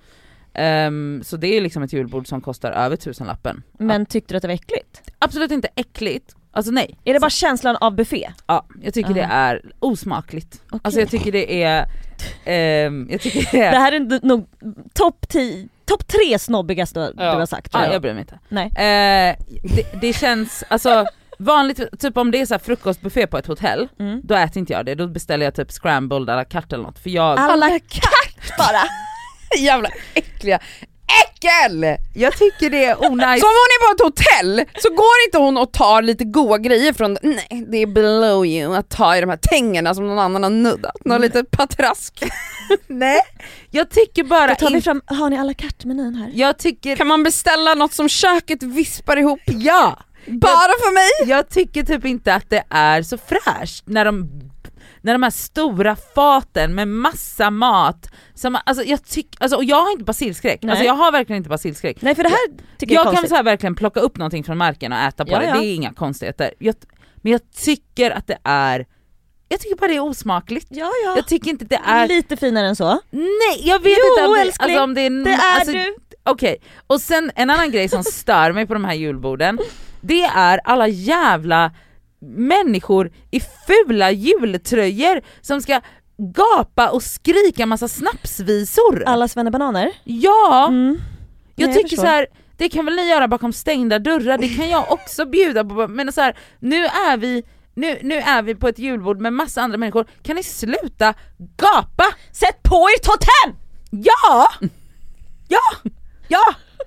Um, så det är liksom ett julbord som kostar över tusenlappen. Men tyckte du att det var äckligt? Absolut inte äckligt. Alltså nej. Är det bara känslan av buffé? Ja, jag tycker Aha. det är osmakligt. Okej. Alltså jag tycker det är... ehm, jag tycker det är... Det här är n- nog topp tio, topp tre snobbigaste du Ja. har sagt tror Ja, jag. jag bryr mig inte. Nej. Eh, det, det känns, alltså vanligt, typ om det är så här frukostbuffé på ett hotell, Mm. då äter inte jag det, då beställer jag typ scrambled à la carte eller något, för jag, Alla katt bara! Jävla äckliga äckel! jag tycker det är onajs. Så om hon är på ett hotell så går inte hon och tar lite goda grejer från, nej det är below you att ta i de här tängerna som någon annan har nuddat, någon lite patrask. Nej, jag tycker bara Då tar vi in, fram, har ni alla kattmenyn här? jag tycker, Kan man beställa något som köket vispar ihop? ja, Bara för mig? jag tycker typ inte att det är så fräscht när de när de här stora faten med massa mat som, alltså jag tycker, alltså, och jag har inte basilskräck, Nej. alltså jag har verkligen inte basilskräck. Nej för det här tycker jag, Jag är kan konstigt. så här verkligen plocka upp någonting från marken och äta på Ja, det, ja. det är inga konstigheter. Jag, men jag tycker att det är, jag tycker bara det är osmakligt. Ja ja, Jag tycker inte det är, lite finare än så. nej jag vet Jo, inte om det, älskling, alltså, om det är, Det är alltså, du! Okej, och sen en annan grej som stör mig på de här julborden, det är alla jävla människor i fula jultröjor som ska gapa och skrika massa snapsvisor. Alla svennebananer. Ja, Mm. jag Nej, tycker förstår. så här, det kan väl ni göra bakom stängda dörrar, det kan jag också bjuda på, men så här, nu är vi nu, nu är vi på ett julbord med massa andra människor, kan ni sluta gapa? Sätt på er totem! Ja! Ja! Ja!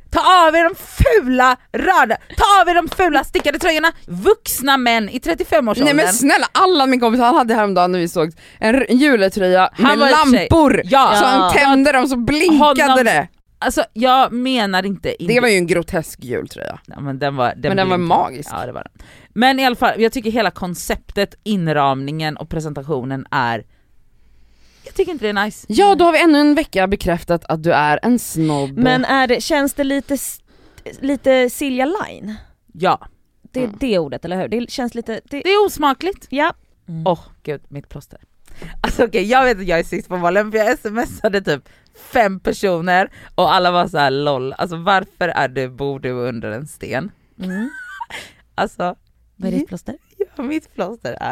ta av er de fula röda, ta av er de fula stickade tröjorna. Vuxna män i trettiofem-årsåldern. Nej men snälla, alla min kompis, han hade häromdagen när vi såg en, en juletröja med Han var i och för sig- lampor. Ja. Så han tände dem så blinkade Honom- det. Alltså jag menar inte in- Det var ju en grotesk jultröja. ja, men den var, den Men den var blinkade. magisk. Ja, det var den. Men i alla fall, jag tycker hela konceptet, inramningen och presentationen är, jag tycker inte det är nice. Ja, då har vi ännu en vecka bekräftat att du är en snobb. Men är det, känns det lite, lite Silja Line? Ja, Det är Mm. det ordet, eller hur? Det känns lite... Det, det är osmakligt. ja. Åh oh, gud, mitt plåster. Alltså okej, okay, jag vet att jag är sist på bollen för jag smsade typ fem personer och alla var så här lol. Alltså varför är du, bor du under en sten? Mm. Alltså, Vad är ditt plåster? ja, mitt plåster är,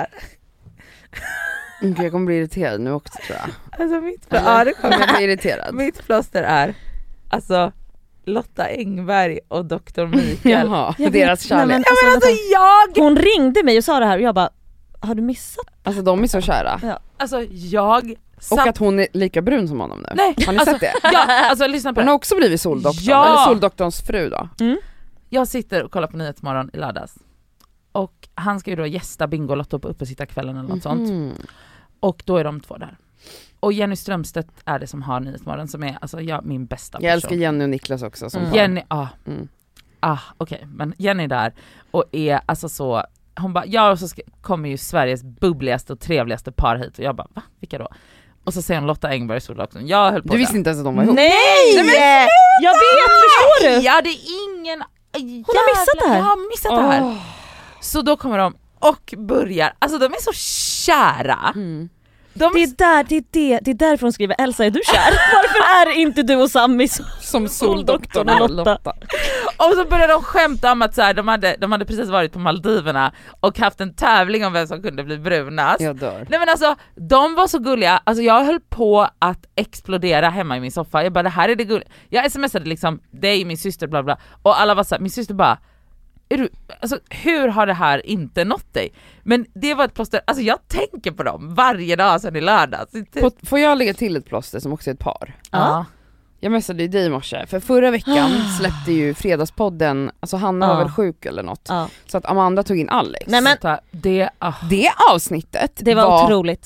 Okay, jag kommer bli irriterad nu också tror jag. alltså mitt plåster, ja, det Jag kommer. kommer bli irriterad. Mitt plåster är, alltså Lotta Engberg och doktor Mikael. Jaha, Jag deras vet. kärlek. Nej, men- Ja men alltså jag, Hon ringde mig och sa det här och jag bara, har du missat? Alltså de är så kära. alltså jag Och satt, att hon är lika brun som honom nu. nej, Har ni alltså, sett det? Ja, alltså lyssna på Hon det. har också blivit soldoktorn, Ja! eller soldoktorns fru då. Jag sitter och kollar på Nyhetsmorgon i lördags. Och han ska ju då gästa Bingolotto på Uppesittarkvällen eller något sånt. Mm. Och då är de två där. Och Jenny Strömstedt är det som har Nyhetsmorgon, som är alltså jag, min bästa Jag älskar person. Jenny och Niklas också som Mm. par. Jenny, ah, Mm. ah okej, okay. Men Jenny är där och är alltså så, hon bara, ja och så ska, kommer ju Sveriges bubbligaste och trevligaste par hit och jag bara, va? Vilka då? Och så säger hon Lotta Engberg så också. Jag höll på Du visste där. inte ens att de var ihop? Nej! Jag vet, förstår du? Ja, det är ingen Hon har missat det här. Jag har missat det här. Åh. Så då kommer de och börjar, alltså de är så kära. Mm. De Det är, där, det, är det, det är därför hon skriver Elsa, är du kär? Varför är inte du och Sammy så? Som soldoktorn soldoktorn och och Lotta. Lotta. Och så började de skämta om att så här, de, hade, de hade precis varit på Maldiverna och haft en tävling om vem som kunde bli brunast. Jag dör. Nej men alltså, de var så gulliga, alltså jag höll på att explodera hemma i min soffa. Jag bara, det här är det gulliga. Jag smsade liksom dig, min syster, bla bla. Och alla var så här, min syster bara, är du, alltså, hur har det här inte nått dig? Men det var ett plåster, alltså jag tänker på dem varje dag sedan i lördags. På, får jag lägga till ett plåster som också är ett par? Ja. Jag messade ju dig i morse, för förra veckan släppte ju Fredagspodden, alltså Hanna Ja. var väl sjuk eller något, Ja. så att Amanda tog in Alex. Nej, men- Så det, ah. Det avsnittet Det var otroligt.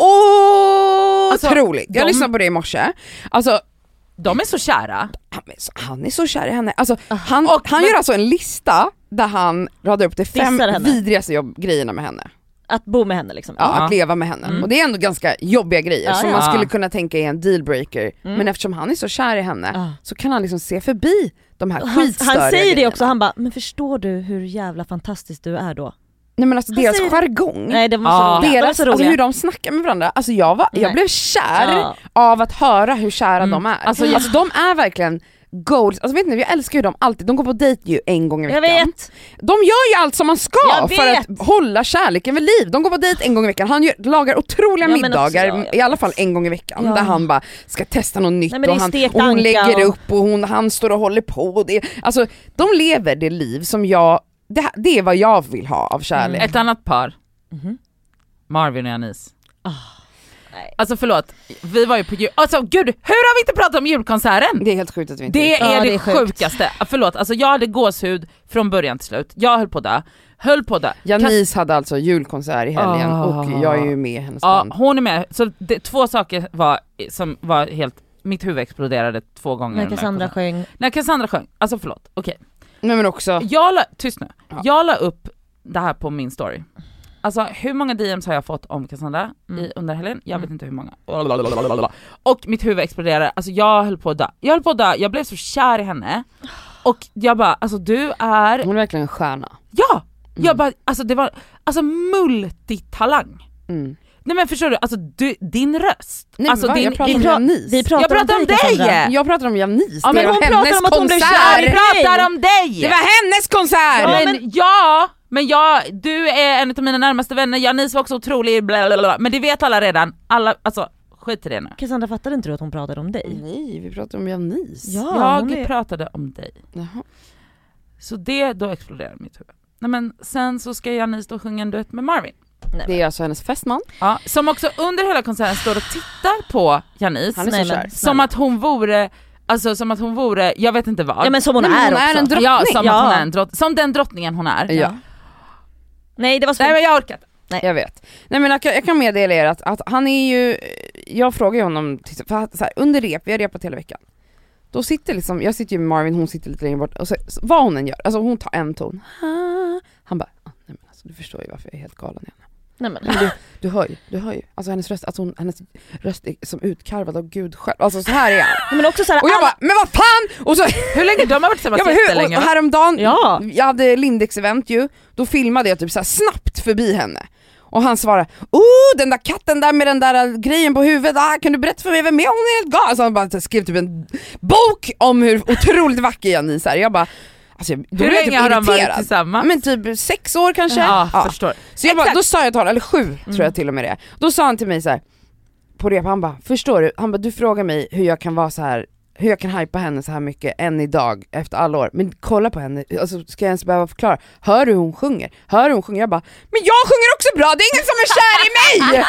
otroligt. Jag de- lyssnade på det i morse. Alltså De är så kära. han är så, han är så kär i henne. Alltså, han Och- han men- gör alltså en lista där han radar upp de fem Dissar henne. vidrigaste jobb, grejerna med henne. Att bo med henne liksom. Ja, Ja. att leva med henne. Mm. Och det är ändå ganska jobbiga grejer Ja, som ja. man skulle Ja. kunna tänka är en dealbreaker. Mm. Men eftersom han är så kär i henne Ja. så kan han liksom se förbi de här Han, skitstöriga han säger det grejerna. också, han bara, men förstår du hur jävla fantastisk du är då? Nej men alltså Han deras säger- jargong, Nej, det var Ja. så roliga. De var deras, så alltså roliga. hur de snackar med varandra. Alltså jag, var, jag Nej. blev kär Ja. av att höra hur kära Mm. de är. Alltså, Alltså, jag- de är verkligen goals, alltså vet ni, jag älskar ju dem alltid, de går på dejt ju en gång i Jag veckan. vet! De gör ju allt som man ska Jag för vet. att hålla kärleken vid liv. De går på dejt en gång i veckan, han gör, lagar otroliga Ja, men middagar, också, ja, i alla fall en gång i veckan, Ja. där han bara ska testa något nytt. Nej, men det är och, han, stekt och hon anka lägger och- upp och hon, han står och håller på. Och det, alltså, de lever det liv som jag, det, här- det är vad jag vill ha av kärlek. Ett annat par, Mhm. Marvin och Janice. Nej. Alltså förlåt, vi var ju på jul, alltså gud, hur har vi inte pratat om julkonserten? Det är helt sjukt att vi inte Det är Ja, det, det är sjukt. sjukaste, förlåt, alltså jag hade gåshud från början till slut, jag höll på det, höll på det. Janice hade alltså julkonsert i helgen Ah. och jag är ju med i hennes Ja, band. hon är med, så det, två saker var, som var helt, mitt huvud exploderade två gånger. När den där Cassandra konserten. sjöng. När Cassandra sjöng, alltså förlåt, okej. Nej men också, Jag la, tyst nu, Ja. jag la upp det här på min story. Alltså hur många D Ms har jag fått om Cassandra Mm. i, under helgen? Jag vet Mm. inte hur många. Och mitt huvud exploderade, alltså jag höll på att dö. Jag höll på att dö, jag blev så kär i henne. Och jag bara, alltså du är, hon är verkligen en stjärna. ja! Mm. Jag bara, alltså det var, alltså multitalang. Mm. Nej men förstår du, alltså du, din röst. Nej, alltså va? din, Jag pratar in, om pra- Janice. vi pratar jag pratar om dig! Cassandra. Jag pratar om Janice, Ja, det men var hon pratar hennes om att hon blev konsert. kär i Jag pratar om dig! Det var hennes konsert! Ja, Nej, men, ja, men jag, du är en av mina närmaste vänner, Janice var också otrolig, bla bla bla. Men det vet alla redan, alla, alltså skit i det nu. Cassandra, fattade inte du att hon pratade om dig? Nej, vi pratar om Janice. Ja, hon jag är... pratade om dig. Jaha. Så det, då exploderade mitt huvud. Nej, men sen så ska Janice då sjunga en duett med Marvin. Nej, Det är alltså hennes fästman. Ja, som också under hela konserten står och tittar på Janice. Han är Nej, så men- kär. Som att hon vore, Alltså som att hon vore, jag vet inte vad. Ja men som hon Nej, men är hon också. är en drottning. Ja, som Ja. att hon är en drott- som den drottningen hon är. Ja. Nej det var så. Nej men jag orkar inte. Jag vet. Nej men jag kan, jag kan meddela er att, att han är ju, jag frågar ju honom, för att, så här, under rep, vi har repat hela veckan. Då sitter liksom, jag sitter ju med Marvin, hon sitter lite längre bort, och så, vad hon än gör, alltså hon tar en ton. Han bara, ah, nej men alltså, du förstår ju varför jag är helt galen igen. Nej, men. Men du, du hör ju, du hör ju, alltså hennes röst, alltså hon, hennes röst är som utkarvad av Gud själv, alltså så här är han. Men också så här, Och jag alla... bara, men vad fan! Och så, Hur länge? De har varit tillsammans jag bara, hur, jättelänge. och, och häromdagen, Ja. jag hade Lindex-event ju, då filmade jag typ så här snabbt förbi henne. Och han svarade, oh den där katten där med den där grejen på huvudet, ah, kan du berätta för mig vem är hon är helt galen? Så han bara skrev typ en bok om hur otroligt vacker jag är så här. Jag bara, alltså, då Hur blev jag länge typ har de varit irriterad. tillsammans? Men typ sex år kanske. Ja, Ja. förstår. Så jag bara, Exakt. då sa jag till honom, eller sju tror jag till och med det. Då sa han till mig så här, på rep, han bara, förstår du? Han bara, du frågar mig hur jag kan vara så här, hur jag kan hypa henne så här mycket än idag efter alla år. Men kolla på henne, alltså, ska jag ens behöva förklara? Hör du hur hon sjunger? Hör du hur hon sjunger? Jag bara, men jag sjunger också bra, det är ingen som är kär i mig!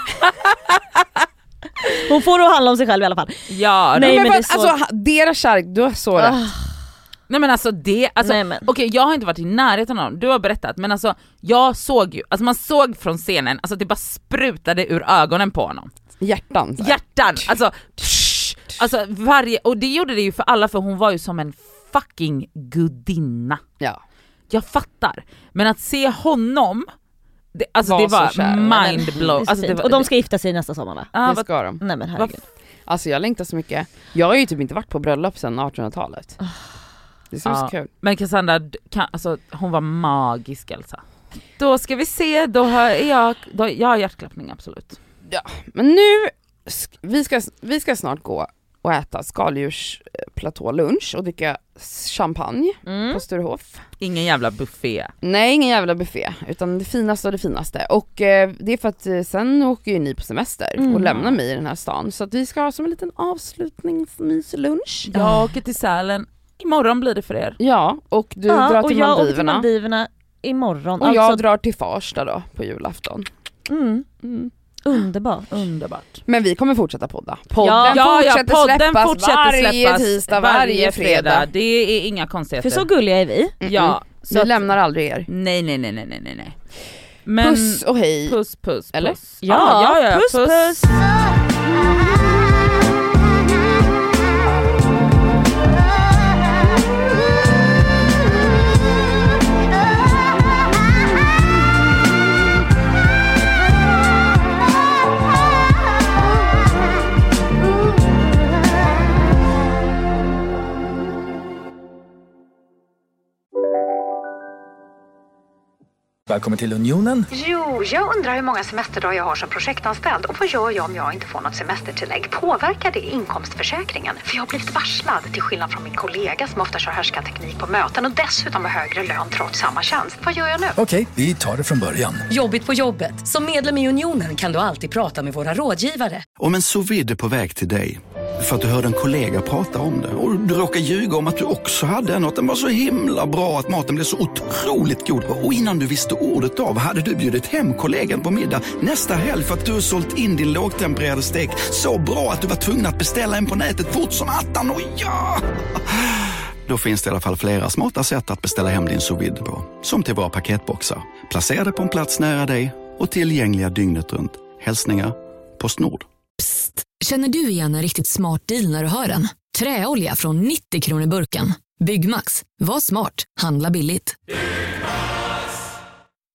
Hon får det att handla om sig själv i alla fall. Ja, Nej, men men vad, det är så- alltså deras kärlek, du har så rätt. Ah. Nej men alltså det, alltså, Nej, men. okej jag har inte varit i närheten av dem, du har berättat, men alltså jag såg ju, alltså man såg från scenen, alltså det bara sprutade ur ögonen på honom. Hjärtan. så här. Hjärtan, alltså, psh, alltså varje, och det gjorde det ju för alla för hon var ju som en fucking gudinna. Ja. Jag fattar, men att se honom, det, alltså Var det var så kär. mindblow. Det är så Alltså, det fint. var, Och de ska gifta sig nästa sommar va? ja, Det vad, ska de. Nej men vad, herregud. Alltså jag längtar så mycket. Jag har ju typ inte varit på bröllop sedan artonhundratalet. Det är så, Ja. så kul. men Cassandra, d- kan, alltså, hon var magisk Elsa. Då ska vi se, då har jag, då, jag har hjärtklappning absolut. Men nu, sk- vi ska, vi ska snart gå och äta skaldjursplatålunch och dricka champagne Mm. på Sturehof. Ingen jävla buffé. Nej, ingen jävla buffé, utan det finaste och det finaste. Och eh, det är för att eh, sen åker ju ni på semester Mm. och lämnar mig i den här stan. Så att vi ska ha som en liten avslutningsmyslunch. Jag åker till Sälen, imorgon blir det för er. Ja, och du Ja, drar och till jag åker till Maldiverna. Maldiverna imorgon. Och alltså, jag drar till Farsta då på julafton. mm, Mm. underbart. Underbart. Men vi kommer fortsätta podda. Podden Ja, Ja, ja, fortsätter podden släppas fortsätter varje släppas tisdag, varje fredag. Det är inga konstigheter. För så gulliga är vi. Ja, Vi att- lämnar aldrig er. nej nej nej nej nej nej nej. Men Puss och hej. puss puss. Eller? Puss. Ja, Ah, ja, ja, puss puss. Välkommen till Unionen. Jo, jag undrar hur många semesterdagar jag har som projektanställd och vad gör jag om jag inte får något semestertillägg? Påverkar det inkomstförsäkringen? För jag har blivit varslad, till skillnad från min kollega som ofta kör härskarteknik på möten och dessutom har högre lön trots samma tjänst. Vad gör jag nu? Okej, vi tar det från början. Jobbigt på jobbet. Som medlem i Unionen kan du alltid prata med våra rådgivare. Om en sous vide är på väg till dig för att du hörde en kollega prata om det och du råkar ljuga om att du också hade en och att den var så himla bra att maten blev så otroligt god. Och innan du visste ordet av hade du bjudit hem kollegan på middag nästa helg för att du har sålt in din lågtempererade stek så bra att du var tvungen att beställa en på nätet fort som attan. Och ja! Då finns det i alla fall flera smarta sätt att beställa hem din sous vide på. Som till våra paketboxar. Placerade på en plats nära dig och tillgängliga dygnet runt. Hälsningar Postnord. Känner du igen en riktigt smart deal när du hör den? Träolja från nittio kronor burken. Byggmax. Var smart. Handla billigt.